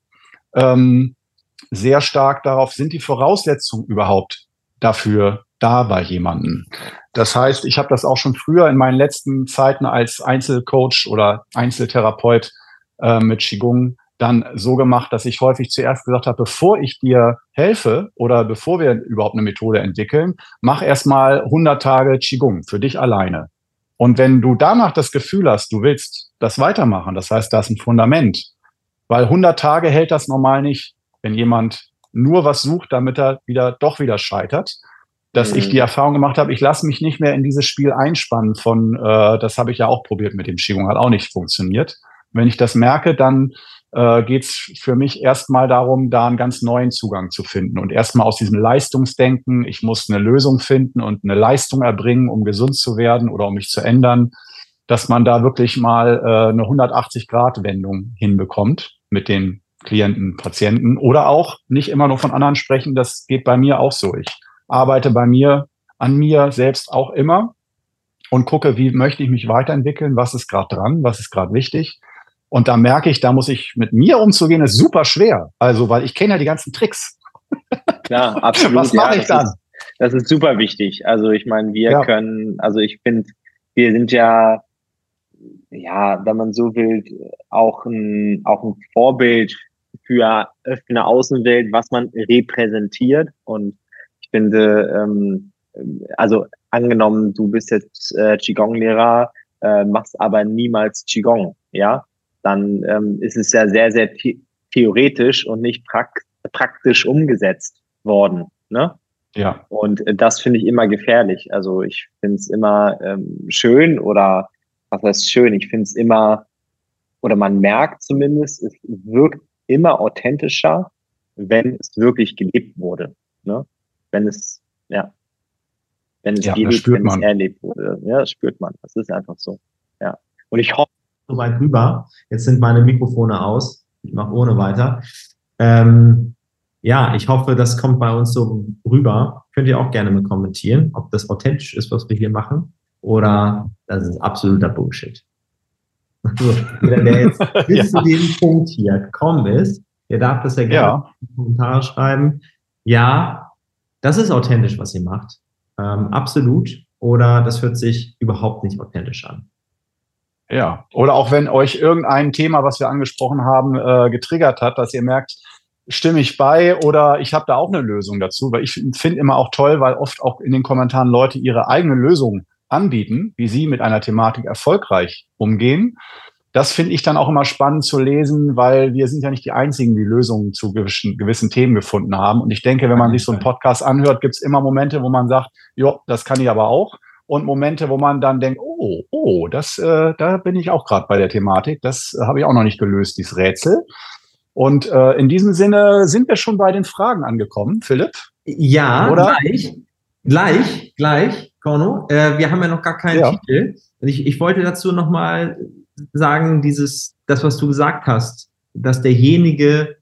ähm, sehr stark darauf, sind die Voraussetzungen überhaupt dafür da bei jemandem. Das heißt, ich habe das auch schon früher in meinen letzten Zeiten als Einzelcoach oder Einzeltherapeut äh, mit Qigong dann so gemacht, dass ich häufig zuerst gesagt habe, bevor ich dir helfe oder bevor wir überhaupt eine Methode entwickeln, mach erstmal hundert Tage Qigong für dich alleine. Und wenn du danach das Gefühl hast, du willst das weitermachen, das heißt, da ist ein Fundament, weil hundert Tage hält das normal nicht, wenn jemand nur was sucht, damit er wieder doch wieder scheitert, dass mhm. ich die Erfahrung gemacht habe, ich lasse mich nicht mehr in dieses Spiel einspannen von, äh, das habe ich ja auch probiert mit dem Qigong, hat auch nicht funktioniert. Wenn ich das merke, dann äh, geht es für mich erstmal darum, da einen ganz neuen Zugang zu finden und erstmal aus diesem Leistungsdenken, ich muss eine Lösung finden und eine Leistung erbringen, um gesund zu werden oder um mich zu ändern, dass man da wirklich mal äh, eine hundertachtzig-Grad-Wendung hinbekommt mit den Klienten, Patienten oder auch nicht immer nur von anderen sprechen. Das geht bei mir auch so. Ich arbeite bei mir, an mir selbst auch immer und gucke, wie möchte ich mich weiterentwickeln, was ist gerade dran, was ist gerade wichtig. Und da merke ich, da muss ich mit mir umzugehen, ist super schwer. Also, weil ich kenne ja die ganzen Tricks. Klar, absolut. Was mache ja, ich dann? Ist, das ist super wichtig. Also ich meine, wir Ja. können, also ich finde, wir sind ja, ja, wenn man so will, auch ein, auch ein Vorbild für, für eine Außenwelt, was man repräsentiert. Und ich finde, ähm, also angenommen, du bist jetzt äh, Qigong-Lehrer, äh, machst aber niemals Qigong, ja, dann ähm, ist es ja sehr, sehr the theoretisch und nicht prak praktisch umgesetzt worden, ne? Ja. Und äh, das finde ich immer gefährlich. Also ich finde es immer ähm, schön oder was heißt schön? Ich finde es immer, oder man merkt zumindest, es wirkt immer authentischer, wenn es wirklich gelebt wurde, ne? Wenn es, ja, wenn es Ja, das gelebt, spürt wenn es man. erlebt wurde. Ja, das spürt man. Das ist einfach so. Ja. Und ich hoffe, so weit rüber. Jetzt sind meine Mikrofone aus. Ich mache ohne weiter. Ähm, ja, ich hoffe, das kommt bei uns so rüber. Könnt ihr auch gerne mal kommentieren, ob das authentisch ist, was wir hier machen, oder das ist absoluter Bullshit. Also, jeder, der jetzt bis Ja. zu dem Punkt hier gekommen ist, der darf das ja gerne Ja. in die Kommentare schreiben. Ja, das ist authentisch, was ihr macht. Ähm, absolut. Oder das hört sich überhaupt nicht authentisch an. Ja, oder auch wenn euch irgendein Thema, was wir angesprochen haben, äh, getriggert hat, dass ihr merkt, stimme ich bei oder ich habe da auch eine Lösung dazu, weil ich finde immer auch toll, weil oft auch in den Kommentaren Leute ihre eigene Lösung anbieten, wie sie mit einer Thematik erfolgreich umgehen. Das finde ich dann auch immer spannend zu lesen, weil wir sind ja nicht die Einzigen, die Lösungen zu gewissen, gewissen Themen gefunden haben. Und ich denke, wenn man sich so einen Podcast anhört, gibt es immer Momente, wo man sagt, jo, das kann ich aber auch. Und Momente, wo man dann denkt, oh, oh, das, äh, da bin ich auch gerade bei der Thematik. Das äh, habe ich auch noch nicht gelöst, dieses Rätsel. Und äh, in diesem Sinne sind wir schon bei den Fragen angekommen, Philipp. Ja, oder? gleich, gleich, gleich, Korno. Äh, wir haben ja noch gar keinen Ja. Titel. Und ich, ich wollte dazu nochmal sagen, dieses, das, was du gesagt hast, dass derjenige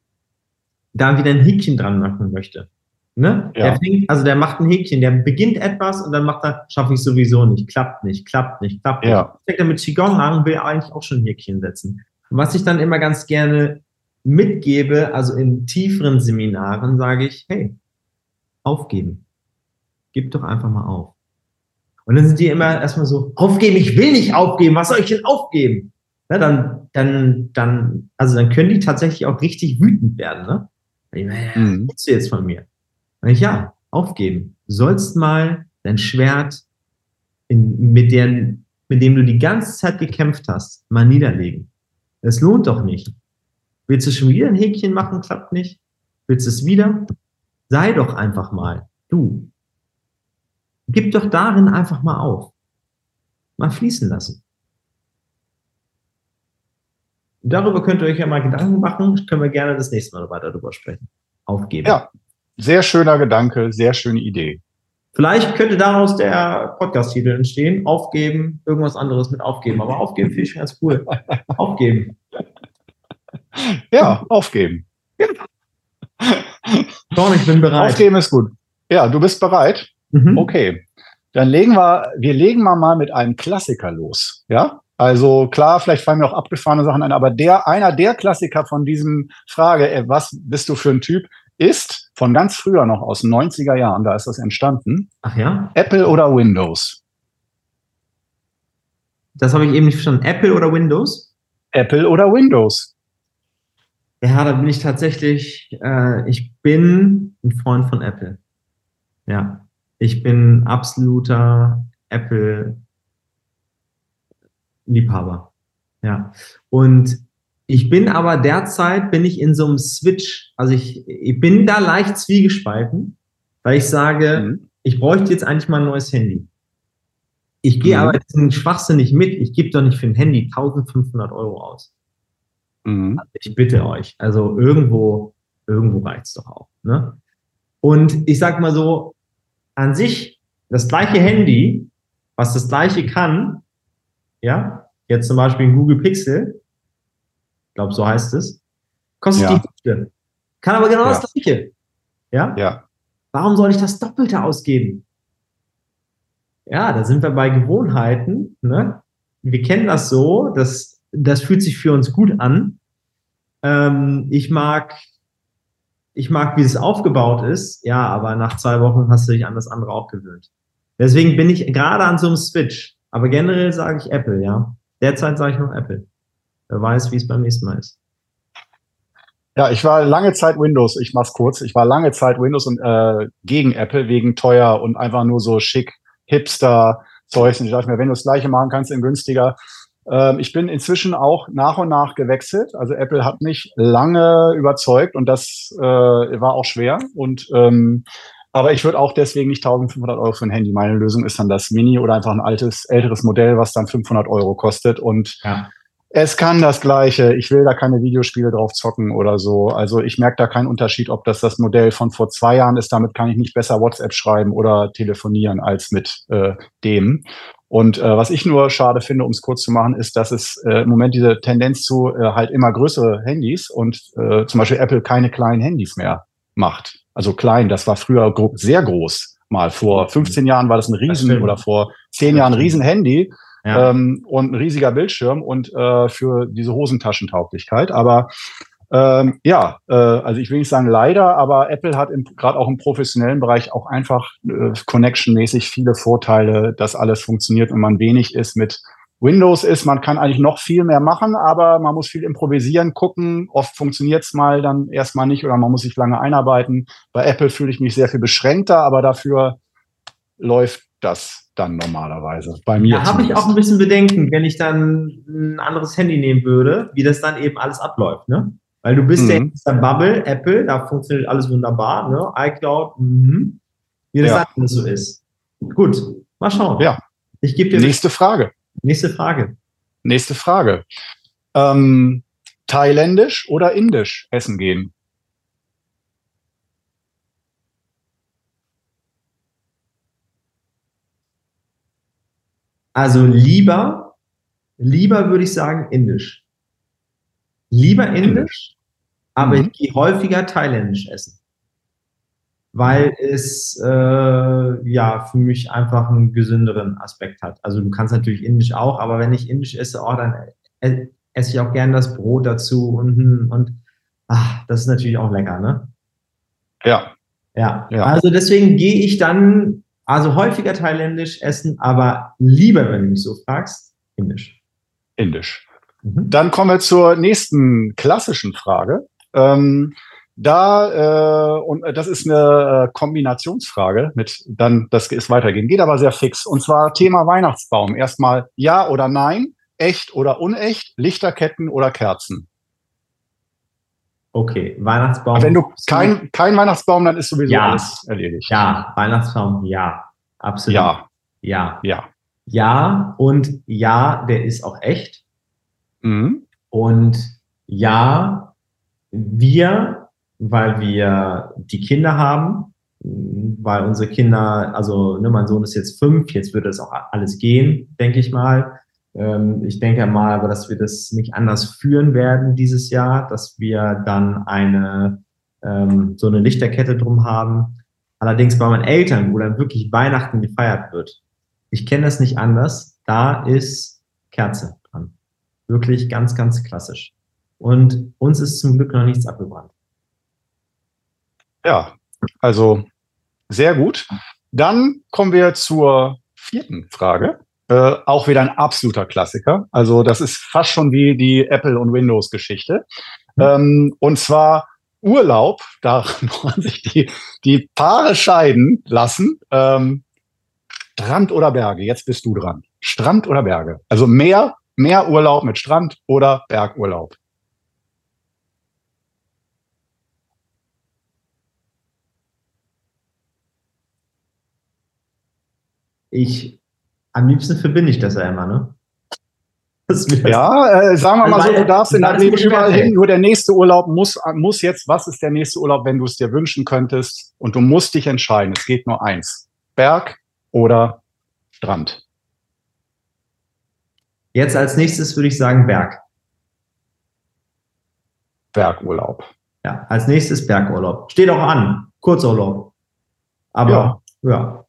da wieder ein Häkchen dran machen möchte. Ne? Ja. Der fängt, also der macht ein Häkchen, der beginnt etwas und dann macht er, schaffe ich sowieso nicht, klappt nicht, klappt nicht, klappt nicht. Ja. Fängt er mit Qigong an und will eigentlich auch schon ein Häkchen setzen. Und was ich dann immer ganz gerne mitgebe, also in tieferen Seminaren, sage ich, hey, aufgeben. Gib doch einfach mal auf. Und dann sind die immer erstmal so, aufgeben, ich will nicht aufgeben, was soll ich denn aufgeben? Na, dann, dann, dann, also dann können die tatsächlich auch richtig wütend werden, ne? Ich meine, ja, Mhm. was willst du jetzt von mir? Und ich, ja, aufgeben. Du sollst mal dein Schwert, in, mit, der, mit dem du die ganze Zeit gekämpft hast, mal niederlegen. Das lohnt doch nicht. Willst du schon wieder ein Häkchen machen, klappt nicht? Willst du es wieder? Sei doch einfach mal du. Gib doch darin einfach mal auf. Mal fließen lassen. Darüber könnt ihr euch ja mal Gedanken machen. Können wir gerne das nächste Mal weiter darüber sprechen. Aufgeben. Ja, sehr schöner Gedanke, sehr schöne Idee. Vielleicht könnte daraus der Podcast-Titel entstehen. Aufgeben, irgendwas anderes mit aufgeben. Aber aufgeben finde ich ganz cool. Aufgeben. Ja, aufgeben. Ja. Doch, ich bin bereit. Aufgeben ist gut. Ja, du bist bereit? Mhm. Okay. Dann legen wir, wir legen mal, mal mit einem Klassiker los. Ja? Also klar, vielleicht fallen mir auch abgefahrene Sachen ein, aber der, einer der Klassiker von diesem Frage, ey, was bist du für ein Typ, ist von ganz früher noch aus den neunziger Jahren, da ist das entstanden. Ach ja? Apple oder Windows? Das habe ich eben nicht verstanden. Apple oder Windows? Apple oder Windows? Ja, da bin ich tatsächlich, äh, ich bin ein Freund von Apple. Ja, ich bin absoluter Apple-Liebhaber. Ja, und ich bin aber derzeit, bin ich in so einem Switch, also ich, ich bin da leicht zwiegespalten, weil ich sage, mhm. ich bräuchte jetzt eigentlich mal ein neues Handy. Ich gehe mhm. aber diesen Schwachsinn nicht mit, ich gebe doch nicht für ein Handy eintausendfünfhundert Euro aus. Mhm. Also ich bitte euch, also irgendwo, irgendwo reicht's doch auch. Ne? Und ich sag mal so, an sich, das gleiche Handy, was das gleiche kann, ja, jetzt zum Beispiel ein Google Pixel, ich glaube, so heißt es, kostet Ja. die Hälfte. Kann aber genau Ja. das Gleiche. Ja? Ja. Warum soll ich das Doppelte ausgeben? Ja, da sind wir bei Gewohnheiten. Ne? Wir kennen das so, das, das fühlt sich für uns gut an. Ähm, ich mag, ich mag, wie es aufgebaut ist. Ja, aber nach zwei Wochen hast du dich an das andere auch gewöhnt. Deswegen bin ich gerade an so einem Switch. Aber generell sage ich Apple, ja. Derzeit sage ich noch Apple. Wer weiß, wie es beim nächsten Mal ist. Ja, ich war lange Zeit Windows, ich mach's kurz. Ich war lange Zeit Windows und äh, gegen Apple wegen teuer und einfach nur so schick, Hipster, Zeugs. Und ich dachte mir, wenn du das Gleiche machen kannst, in günstiger. Ähm, ich bin inzwischen auch nach und nach gewechselt. Also Apple hat mich lange überzeugt und das äh, war auch schwer. Und ähm, aber ich würde auch deswegen nicht eintausendfünfhundert Euro für ein Handy. Meine Lösung ist dann das Mini oder einfach ein altes, älteres Modell, was dann fünfhundert Euro kostet. Und Ja. es kann das Gleiche. Ich will da keine Videospiele drauf zocken oder so. Also ich merke da keinen Unterschied, ob das das Modell von vor zwei Jahren ist. Damit kann ich nicht besser WhatsApp schreiben oder telefonieren als mit äh, dem. Und äh, was ich nur schade finde, um es kurz zu machen, ist, dass es äh, im Moment diese Tendenz zu äh, halt immer größere Handys und äh, zum Beispiel Apple keine kleinen Handys mehr macht. Also klein, das war früher gro sehr groß. Mal vor fünfzehn Jahren war das ein Riesen Das oder vor zehn Jahren ein Riesen-Handy. Ja. Ähm, und ein riesiger Bildschirm und äh, für diese Hosentaschentauglichkeit. Aber ähm, ja, äh, also ich will nicht sagen leider, aber Apple hat gerade auch im professionellen Bereich auch einfach äh, Connection-mäßig viele Vorteile, dass alles funktioniert und man wenig ist mit Windows ist. Man kann eigentlich noch viel mehr machen, aber man muss viel improvisieren, gucken. Oft funktioniert es mal dann erstmal nicht oder man muss sich lange einarbeiten. Bei Apple fühle ich mich sehr viel beschränkter, aber dafür läuft das dann normalerweise. Bei mir Da habe ich auch ein bisschen Bedenken, wenn ich dann ein anderes Handy nehmen würde, wie das dann eben alles abläuft, ne? Weil du bist mhm. ja in der Bubble, Apple, da funktioniert alles wunderbar, ne? iCloud, mhm. wie das ja. alles so ist. Gut, mal schauen. Ja. Ich gebe dir nächste Frage. Nächste Frage. Nächste Frage. Ähm, thailändisch oder indisch essen gehen? Also lieber, lieber würde ich sagen indisch. Lieber indisch, indisch. aber mhm. ich gehe häufiger thailändisch essen. Weil mhm. es äh, ja für mich einfach einen gesünderen Aspekt hat. Also du kannst natürlich indisch auch, aber wenn ich indisch esse, oh, dann esse ich auch gerne das Brot dazu und, und ach, das ist natürlich auch lecker, ne? Ja. Ja, ja. Also deswegen gehe ich dann also häufiger thailändisch essen, aber lieber, wenn du mich so fragst, indisch. Indisch. Mhm. Dann kommen wir zur nächsten klassischen Frage. Ähm, da, äh, und das ist eine Kombinationsfrage mit, dann, das ist weitergehen, geht aber sehr fix. Und zwar Thema Weihnachtsbaum. Erstmal ja oder nein, echt oder unecht, Lichterketten oder Kerzen. Okay, Weihnachtsbaum. Wenn du kein, kein Weihnachtsbaum, dann ist sowieso ja. alles erledigt. Ja, Weihnachtsbaum, ja. Absolut. Ja. Ja. Ja. Ja, und ja, der ist auch echt. Mhm. Und ja, wir, weil wir die Kinder haben, weil unsere Kinder, also ne, mein Sohn ist jetzt fünf, jetzt würde das auch alles gehen, denke ich mal. Ich denke mal, aber dass wir das nicht anders führen werden dieses Jahr, dass wir dann eine ähm, so eine Lichterkette drum haben. Allerdings bei meinen Eltern, wo dann wirklich Weihnachten gefeiert wird, ich kenne das nicht anders, da ist Kerze dran. Wirklich ganz, ganz klassisch. Und uns ist zum Glück noch nichts abgebrannt. Ja, also sehr gut. Dann kommen wir zur vierten Frage. Äh, auch wieder ein absoluter Klassiker. Also das ist fast schon wie die Apple- und Windows-Geschichte. Mhm. Ähm, und zwar Urlaub, da wollen sich die, die Paare scheiden lassen. Ähm, Strand oder Berge? Jetzt bist du dran. Strand oder Berge? Also Meer, Meerurlaub mit Strand oder Bergurlaub? Ich, am liebsten verbinde ich das ja immer, ne? Ja, äh, sagen wir mal so, du darfst in deinem Leben überall hin, nur der nächste Urlaub muss, muss jetzt, was ist der nächste Urlaub, wenn du es dir wünschen könntest? Und du musst dich entscheiden, es geht nur eins. Berg oder Strand? Jetzt als nächstes würde ich sagen Berg. Bergurlaub. Ja, als nächstes Bergurlaub. Steht auch an. Kurzurlaub. Aber ja. ja.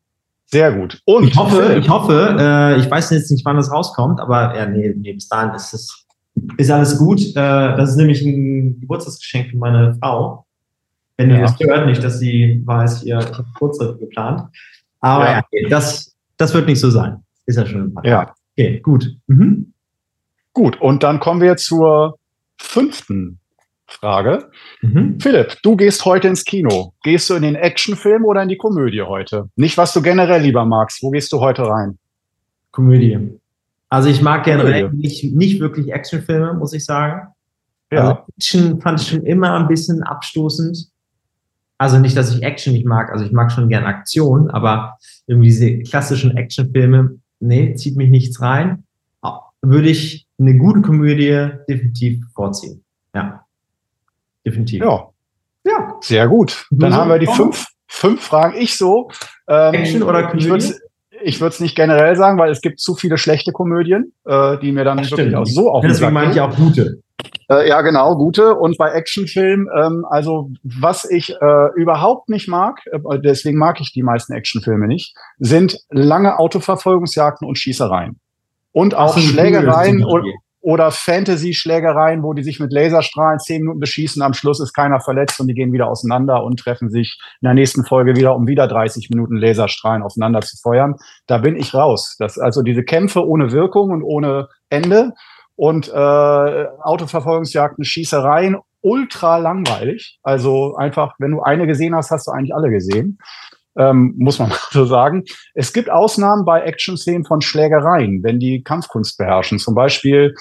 Sehr gut. Und ich hoffe, ich hoffe, äh, ich weiß jetzt nicht, wann das rauskommt, aber ja, nee, nee bis dahin ist es ist alles gut. Äh, das ist nämlich ein Geburtstagsgeschenk für meine Frau. Wenn die ja. das hört, nicht, dass sie weiß, ihr, ich habe Geburtstag geplant. Aber ja, ja das, das wird nicht so sein. Ist ja schon ein paar Tage. Ja. Okay, gut. Mhm. Gut, und dann kommen wir zur fünften Frage. Mhm. Philipp, du gehst heute ins Kino. Gehst du in den Actionfilm oder in die Komödie heute? Nicht, was du generell lieber magst. Wo gehst du heute rein? Komödie. Also ich mag generell nicht, nicht wirklich Actionfilme, muss ich sagen. Ja. Also Action fand ich schon immer ein bisschen abstoßend. Also nicht, dass ich Action nicht mag, also ich mag schon gern Aktion, aber irgendwie diese klassischen Actionfilme, nee, zieht mich nichts rein. Würde ich eine gute Komödie definitiv vorziehen. Ja, definitiv. Ja, ja, sehr gut. Dann haben wir die fünf, fünf Fragen. Ich so. Ähm, Action oder Komödie? Ich würde es nicht generell sagen, weil es gibt zu viele schlechte Komödien, äh, die mir dann das wirklich stimmt. auch so auf den Deswegen meine ich auch gute. Äh, ja, genau, gute. Und bei Actionfilmen, ähm, also was ich äh, überhaupt nicht mag, äh, deswegen mag ich die meisten Actionfilme nicht, sind lange Autoverfolgungsjagden und Schießereien. Und auch so, Schlägereien oder, oder Fantasy-Schlägereien, wo die sich mit Laserstrahlen zehn Minuten beschießen, am Schluss ist keiner verletzt und die gehen wieder auseinander und treffen sich in der nächsten Folge wieder, um wieder dreißig Minuten Laserstrahlen aufeinander zu feuern. Da bin ich raus. Das, also diese Kämpfe ohne Wirkung und ohne Ende und äh, Autoverfolgungsjagden, Schießereien, ultra langweilig. Also einfach, wenn du eine gesehen hast, hast du eigentlich alle gesehen. Ähm, muss man mal so sagen. Es gibt Ausnahmen bei Action-Szenen von Schlägereien, wenn die Kampfkunst beherrschen. Zum Beispiel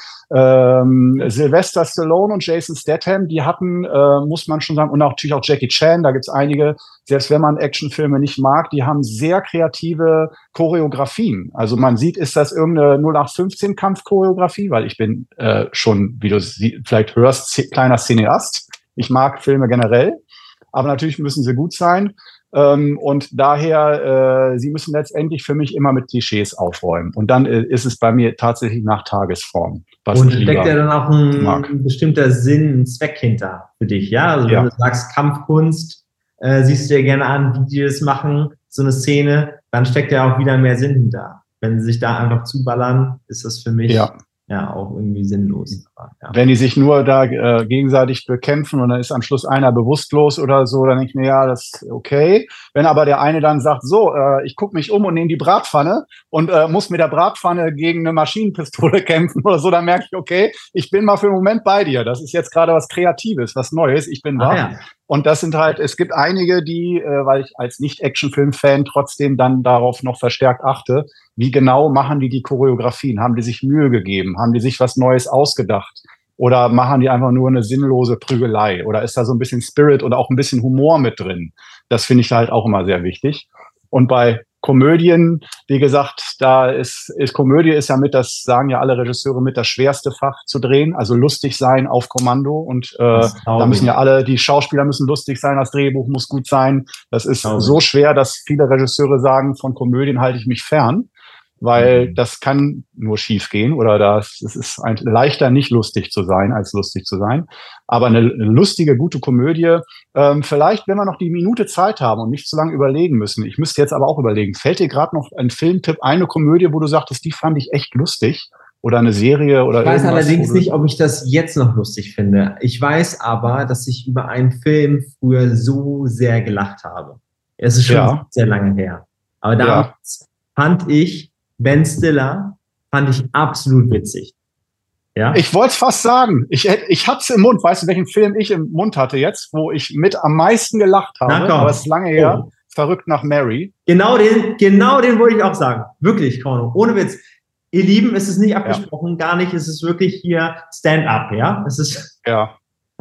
ähm, Sylvester Stallone und Jason Statham, die hatten, äh, muss man schon sagen, und auch, natürlich auch Jackie Chan, da gibt's einige, selbst wenn man Actionfilme nicht mag, die haben sehr kreative Choreografien. Also man sieht, ist das irgendeine null acht fünfzehn Kampfchoreografie, weil ich bin äh, schon, wie du vielleicht hörst, kleiner Cineast. Ich mag Filme generell, aber natürlich müssen sie gut sein. Ähm, und daher, äh, sie müssen letztendlich für mich immer mit Klischees aufräumen. Und dann äh, ist es bei mir tatsächlich nach Tagesform. Was und steckt ja dann auch ein mag. bestimmter Sinn, ein Zweck hinter für dich, ja? Also wenn ja. du sagst Kampfkunst, äh, siehst du dir gerne an, wie die das machen, so eine Szene, dann steckt ja auch wieder mehr Sinn hinter. Wenn sie sich da einfach zuballern, ist das für mich ja, ja auch irgendwie sinnlos. Aber, ja. Wenn die sich nur da äh, gegenseitig bekämpfen und dann ist am Schluss einer bewusstlos oder so, dann denke ich mir, ja, das ist okay. Wenn aber der eine dann sagt, so, äh, ich gucke mich um und nehme die Bratpfanne und äh, muss mit der Bratpfanne gegen eine Maschinenpistole kämpfen oder so, dann merke ich, okay, ich bin mal für einen Moment bei dir. Das ist jetzt gerade was Kreatives, was Neues. Ich bin wach. Ah, ja. Und das sind halt, es gibt einige, die, äh, weil ich als Nicht-Action-Film-Fan trotzdem dann darauf noch verstärkt achte, wie genau machen die die Choreografien? Haben die sich Mühe gegeben? Haben die sich was Neues ausgedacht? Oder machen die einfach nur eine sinnlose Prügelei? Oder ist da so ein bisschen Spirit oder auch ein bisschen Humor mit drin? Das finde ich halt auch immer sehr wichtig. Und bei Komödien, wie gesagt, da ist, ist Komödie ist ja mit, das sagen ja alle Regisseure, mit das schwerste Fach zu drehen. Also lustig sein auf Kommando. Und äh, da müssen ja alle, die Schauspieler müssen lustig sein, das Drehbuch muss gut sein. Das ist so schwer, dass viele Regisseure sagen, von Komödien halte ich mich fern. Weil mhm. das kann nur schief gehen oder das, es ist ein, leichter, nicht lustig zu sein, als lustig zu sein. Aber eine, eine lustige, gute Komödie, ähm, vielleicht, wenn wir noch die Minute Zeit haben und nicht zu lange überlegen müssen. Ich müsste jetzt aber auch überlegen, fällt dir gerade noch ein Filmtipp, eine Komödie, wo du sagtest, die fand ich echt lustig? Oder eine Serie oder irgendwas? Ich weiß allerdings du nicht, ob ich das jetzt noch lustig finde. Ich weiß aber, dass ich über einen Film früher so sehr gelacht habe. Es ist schon ja. sehr lange her. Aber damals ja. fand ich Ben Stiller fand ich absolut witzig. Ja? Ich wollte es fast sagen. Ich, ich hatte es im Mund. Weißt du, welchen Film ich im Mund hatte jetzt, wo ich mit am meisten gelacht habe? Aber es ist lange her. Oh. Verrückt nach Mary. Genau den, genau den wollte ich auch sagen. Wirklich, Korno. Ohne Witz. Ihr Lieben, es ist nicht abgesprochen, ja. gar nicht. Es ist wirklich hier Stand-up, ja? Es ist. Ja.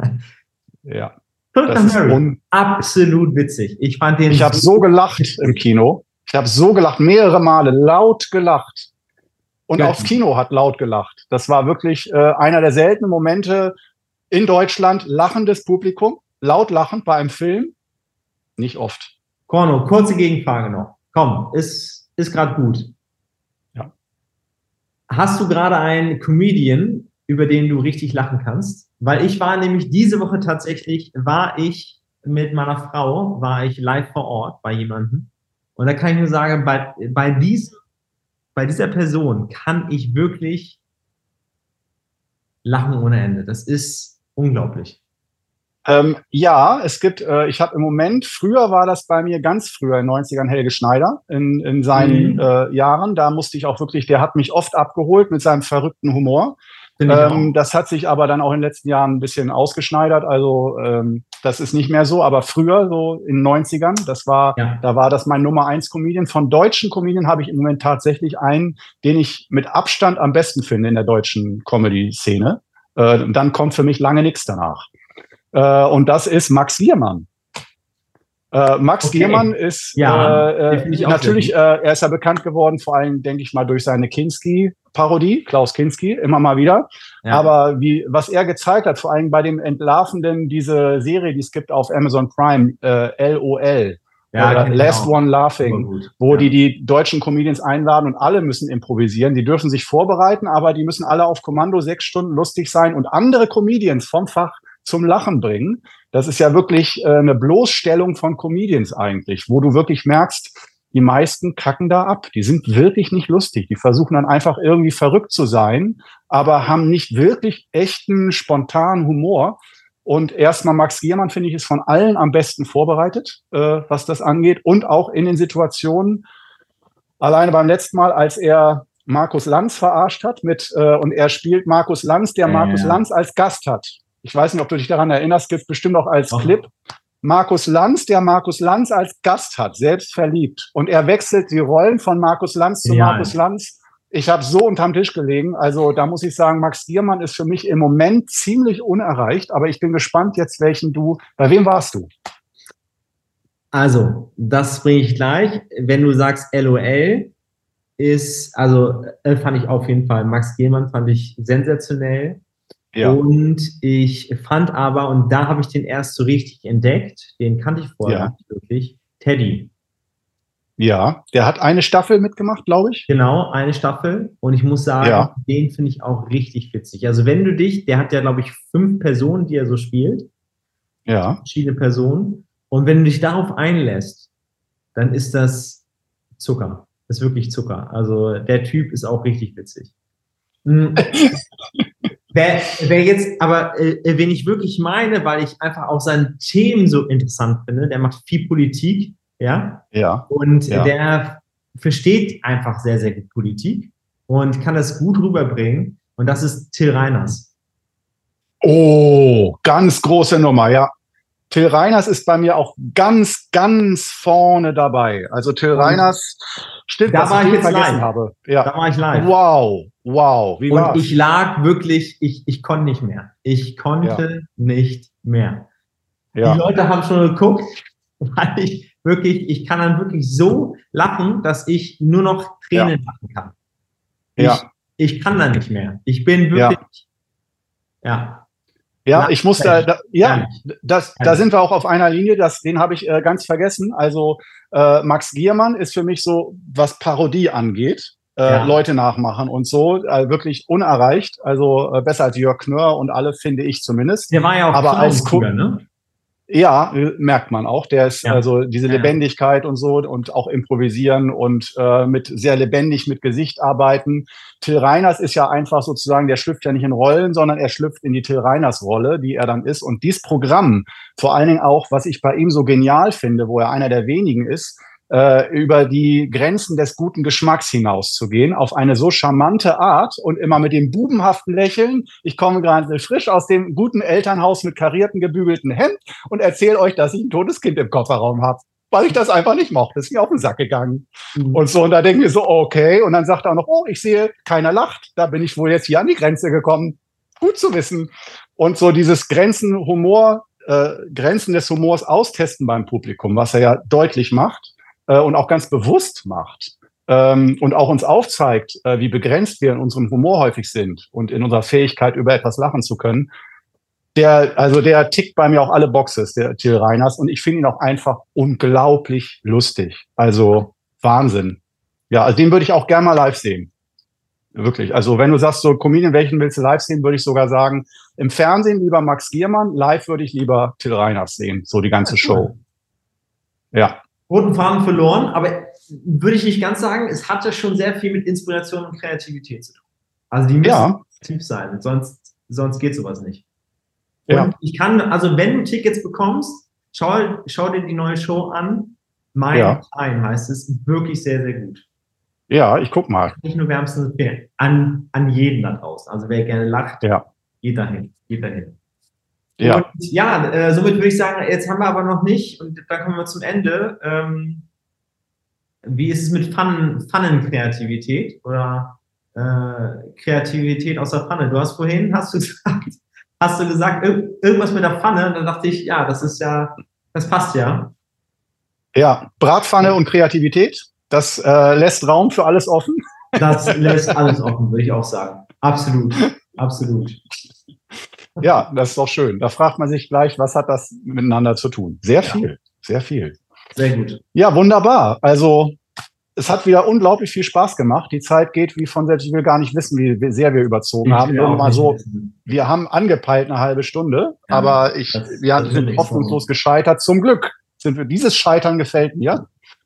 Ja. Verrückt nach Mary. Absolut witzig. Ich fand den. Ich habe so gelacht im Kino. Ich habe so gelacht, mehrere Male, laut gelacht. Und auch das Kino hat laut gelacht. Das war wirklich äh, einer der seltenen Momente in Deutschland. Lachendes Publikum, laut lachend bei einem Film. Nicht oft. Korno, kurze Gegenfrage noch. Komm, ist, ist gerade gut. Ja. Hast du gerade einen Comedian, über den du richtig lachen kannst? Weil ich war nämlich diese Woche tatsächlich, war ich mit meiner Frau, war ich live vor Ort bei jemandem. Und da kann ich nur sagen, bei, bei, diesem, bei dieser Person kann ich wirklich lachen ohne Ende. Das ist unglaublich. Ähm, ja, es gibt, äh, ich habe im Moment, früher war das bei mir ganz früher in den neunzigern Helge Schneider in, in seinen Mhm. äh, Jahren. Da musste ich auch wirklich, der hat mich oft abgeholt mit seinem verrückten Humor. Finde ich auch. Ähm, das hat sich aber dann auch in den letzten Jahren ein bisschen ausgeschneidert. Also ähm, das ist nicht mehr so. Aber früher, so in den neunzigern, das war, Ja. da war das mein Nummer eins Comedian. Von deutschen Comedian habe ich im Moment tatsächlich einen, den ich mit Abstand am besten finde in der deutschen Comedy-Szene. Äh, und dann kommt für mich lange nichts danach. Äh, und das ist Max Giermann. Äh, Max Okay. Giermann ist Ja, äh, den finde ich äh, auch natürlich, sehr äh, er ist ja bekannt geworden, vor allem, denke ich mal, durch seine Kinski-Parodie, Klaus Kinski, immer mal wieder. Ja. Aber wie, was er gezeigt hat, vor allem bei dem Entlarvenden, diese Serie, die es gibt auf Amazon Prime, äh, L O L, Ja, äh, kenn ich Last auch. One Super Laughing, gut. wo Ja. die die deutschen Comedians einladen und alle müssen improvisieren. Die dürfen sich vorbereiten, aber die müssen alle auf Kommando sechs Stunden lustig sein und andere Comedians vom Fach zum Lachen bringen. Das ist ja wirklich äh, eine Bloßstellung von Comedians eigentlich, wo du wirklich merkst, die meisten kacken da ab. Die sind wirklich nicht lustig. Die versuchen dann einfach irgendwie verrückt zu sein, aber haben nicht wirklich echten, spontanen Humor. Und erstmal Max Giermann, finde ich, ist von allen am besten vorbereitet, äh, was das angeht. Und auch in den Situationen, alleine beim letzten Mal, als er Markus Lanz verarscht hat mit, äh, und er spielt Markus Lanz, der Ja, Markus ja. Lanz als Gast hat. Ich weiß nicht, ob du dich daran erinnerst, gibt es bestimmt auch als Doch. Clip. Markus Lanz, der Markus Lanz als Gast hat, selbst verliebt. Und er wechselt die Rollen von Markus Lanz zu Genial. Markus Lanz. Ich habe so unterm Tisch gelegen. Also da muss ich sagen, Max Giermann ist für mich im Moment ziemlich unerreicht. Aber ich bin gespannt jetzt, welchen du, bei wem warst du? Also, das bringe ich gleich. Wenn du sagst L O L, ist, also äh, fand ich auf jeden Fall, Max Giermann fand ich sensationell. Ja. Und ich fand aber, und da habe ich den erst so richtig entdeckt, den kannte ich vorher Ja. nicht wirklich, Teddy. Ja, der hat eine Staffel mitgemacht, glaube ich. Genau, eine Staffel. Und ich muss sagen, Ja. den finde ich auch richtig witzig. Also wenn du dich, der hat ja, glaube ich, fünf Personen, die er so spielt. Ja. Verschiedene Personen. Und wenn du dich darauf einlässt, dann ist das Zucker. Das ist wirklich Zucker. Also der Typ ist auch richtig witzig. Mhm. Wer, wer jetzt, aber äh, wen ich wirklich meine, weil ich einfach auch seine Themen so interessant finde, der macht viel Politik, ja, Ja. und Ja. der versteht einfach sehr, sehr gut Politik und kann das gut rüberbringen, und das ist Till Reiners. Oh, ganz große Nummer, ja. Till Reiners ist bei mir auch ganz, ganz vorne dabei. Also Till Und Reiners, stimmt, da was war ich ich hier jetzt vergessen live. habe. Ja. Da war ich live. Wow, wow, wie Und war's? ich lag wirklich, ich, ich konnte nicht mehr. Ich konnte Ja. nicht mehr. Ja. Die Leute haben schon geguckt, weil ich wirklich, ich kann dann wirklich so lachen, dass ich nur noch Tränen lachen kann. Ich, Ja. ich kann da nicht mehr. Ich bin wirklich, ja. Ja, ich muss da, da ja, das, da Ehrlich. sind wir auch auf einer Linie, das, den habe ich äh, ganz vergessen. Also äh, Max Giermann ist für mich so, was Parodie angeht, äh, Ja. Leute nachmachen und so, äh, wirklich unerreicht. Also äh, besser als Jörg Knörr und alle, finde ich zumindest. Der war ja auch Aber Clown als Ko- früher, ne? Ja, äh, merkt man auch. Der ist Ja. also diese Ja, ja. Lebendigkeit und so und auch improvisieren und äh, mit sehr lebendig mit Gesicht arbeiten. Till Reiners ist ja einfach sozusagen, der schlüpft ja nicht in Rollen, sondern er schlüpft in die Till Reiners Rolle, die er dann ist. Und dieses Programm, vor allen Dingen auch, was ich bei ihm so genial finde, wo er einer der wenigen ist, äh, über die Grenzen des guten Geschmacks hinauszugehen, auf eine so charmante Art und immer mit dem bubenhaften Lächeln. Ich komme gerade frisch aus dem guten Elternhaus mit karierten, gebügelten Hemd und erzähle euch, dass ich ein totes Kind im Kofferraum habe, weil ich das einfach nicht mochte. Das ist mir auf den Sack gegangen. Mhm. Und so, und da denken wir so, okay. Und dann sagt er auch noch, oh, ich sehe, keiner lacht. Da bin ich wohl jetzt hier an die Grenze gekommen. Gut zu wissen. Und so dieses Grenzen, Humor, äh, Grenzen des Humors austesten beim Publikum, was er ja deutlich macht äh, und auch ganz bewusst macht. Ähm, und auch uns aufzeigt, äh, wie begrenzt wir in unserem Humor häufig sind und in unserer Fähigkeit, über etwas lachen zu können. Der, also der tickt bei mir auch alle Boxes, der Till Reiners. Und ich finde ihn auch einfach unglaublich lustig. Also Wahnsinn. Ja, also den würde ich auch gerne mal live sehen. Wirklich. Also wenn du sagst, so Comedian, welchen willst du live sehen, würde ich sogar sagen, im Fernsehen lieber Max Giermann, live würde ich lieber Till Reiners sehen, so die ganze Show. Ja. Roten Faden verloren, aber würde ich nicht ganz sagen, es hatte schon sehr viel mit Inspiration und Kreativität zu tun. Also die müssen ja. kreativ sein, sonst, sonst geht sowas nicht. Und ja. ich kann, also wenn du Tickets bekommst, schau, schau dir die neue Show an. Mein ja. Time heißt es, wirklich sehr, sehr gut. Ja, ich guck mal. Nicht nur wärmstens empfehlen, an, an jeden da draußen. Also wer gerne lacht, ja. geht dahin, geht dahin. Ja, und ja äh, somit würde ich sagen, jetzt haben wir aber noch nicht, und dann kommen wir zum Ende. Ähm, wie ist es mit Pfannen, Pfannenkreativität oder äh, Kreativität aus der Pfanne? Du hast vorhin, hast du gesagt, hast du gesagt, ir- irgendwas mit der Pfanne, da dachte ich, ja, das ist ja, das passt ja. Ja, Bratpfanne und Kreativität, das äh, lässt Raum für alles offen. Das lässt alles offen, würde ich auch sagen. Absolut, absolut. Ja, das ist doch schön. Da fragt man sich gleich, was hat das miteinander zu tun? Sehr viel, ja. sehr viel. Sehr gut. Ja, wunderbar. Also es hat wieder unglaublich viel Spaß gemacht. Die Zeit geht wie von selbst. Ich will gar nicht wissen, wie sehr wir überzogen ich haben. Nur mal so, wissen. Wir haben angepeilt eine halbe Stunde, ja, aber ich, das, wir das sind hoffnungslos gescheitert. Zum Glück sind wir, dieses Scheitern gefällt mir.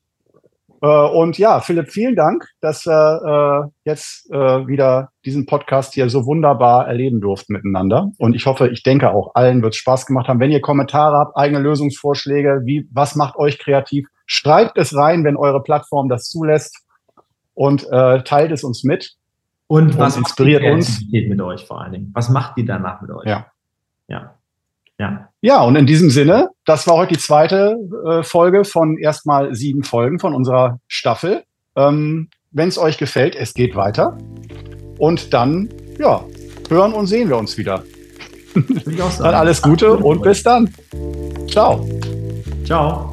Und ja, Philipp, vielen Dank, dass wir äh, jetzt äh, wieder diesen Podcast hier so wunderbar erleben durften miteinander. Und ich hoffe, ich denke auch allen wird es Spaß gemacht haben. Wenn ihr Kommentare habt, eigene Lösungsvorschläge, wie, was macht euch kreativ, schreibt es rein, wenn eure Plattform das zulässt und äh, teilt es uns mit. Und was und inspiriert macht die uns mit euch vor allen Dingen? Was macht die danach mit euch? Ja. Ja. Ja. Ja, und in diesem Sinne, das war heute die zweite äh, Folge von erstmal sieben Folgen von unserer Staffel. Ähm, wenn es euch gefällt, es geht weiter. Und dann, ja, hören und sehen wir uns wieder. Dann alles Gute und bis dann. Ciao. Ciao.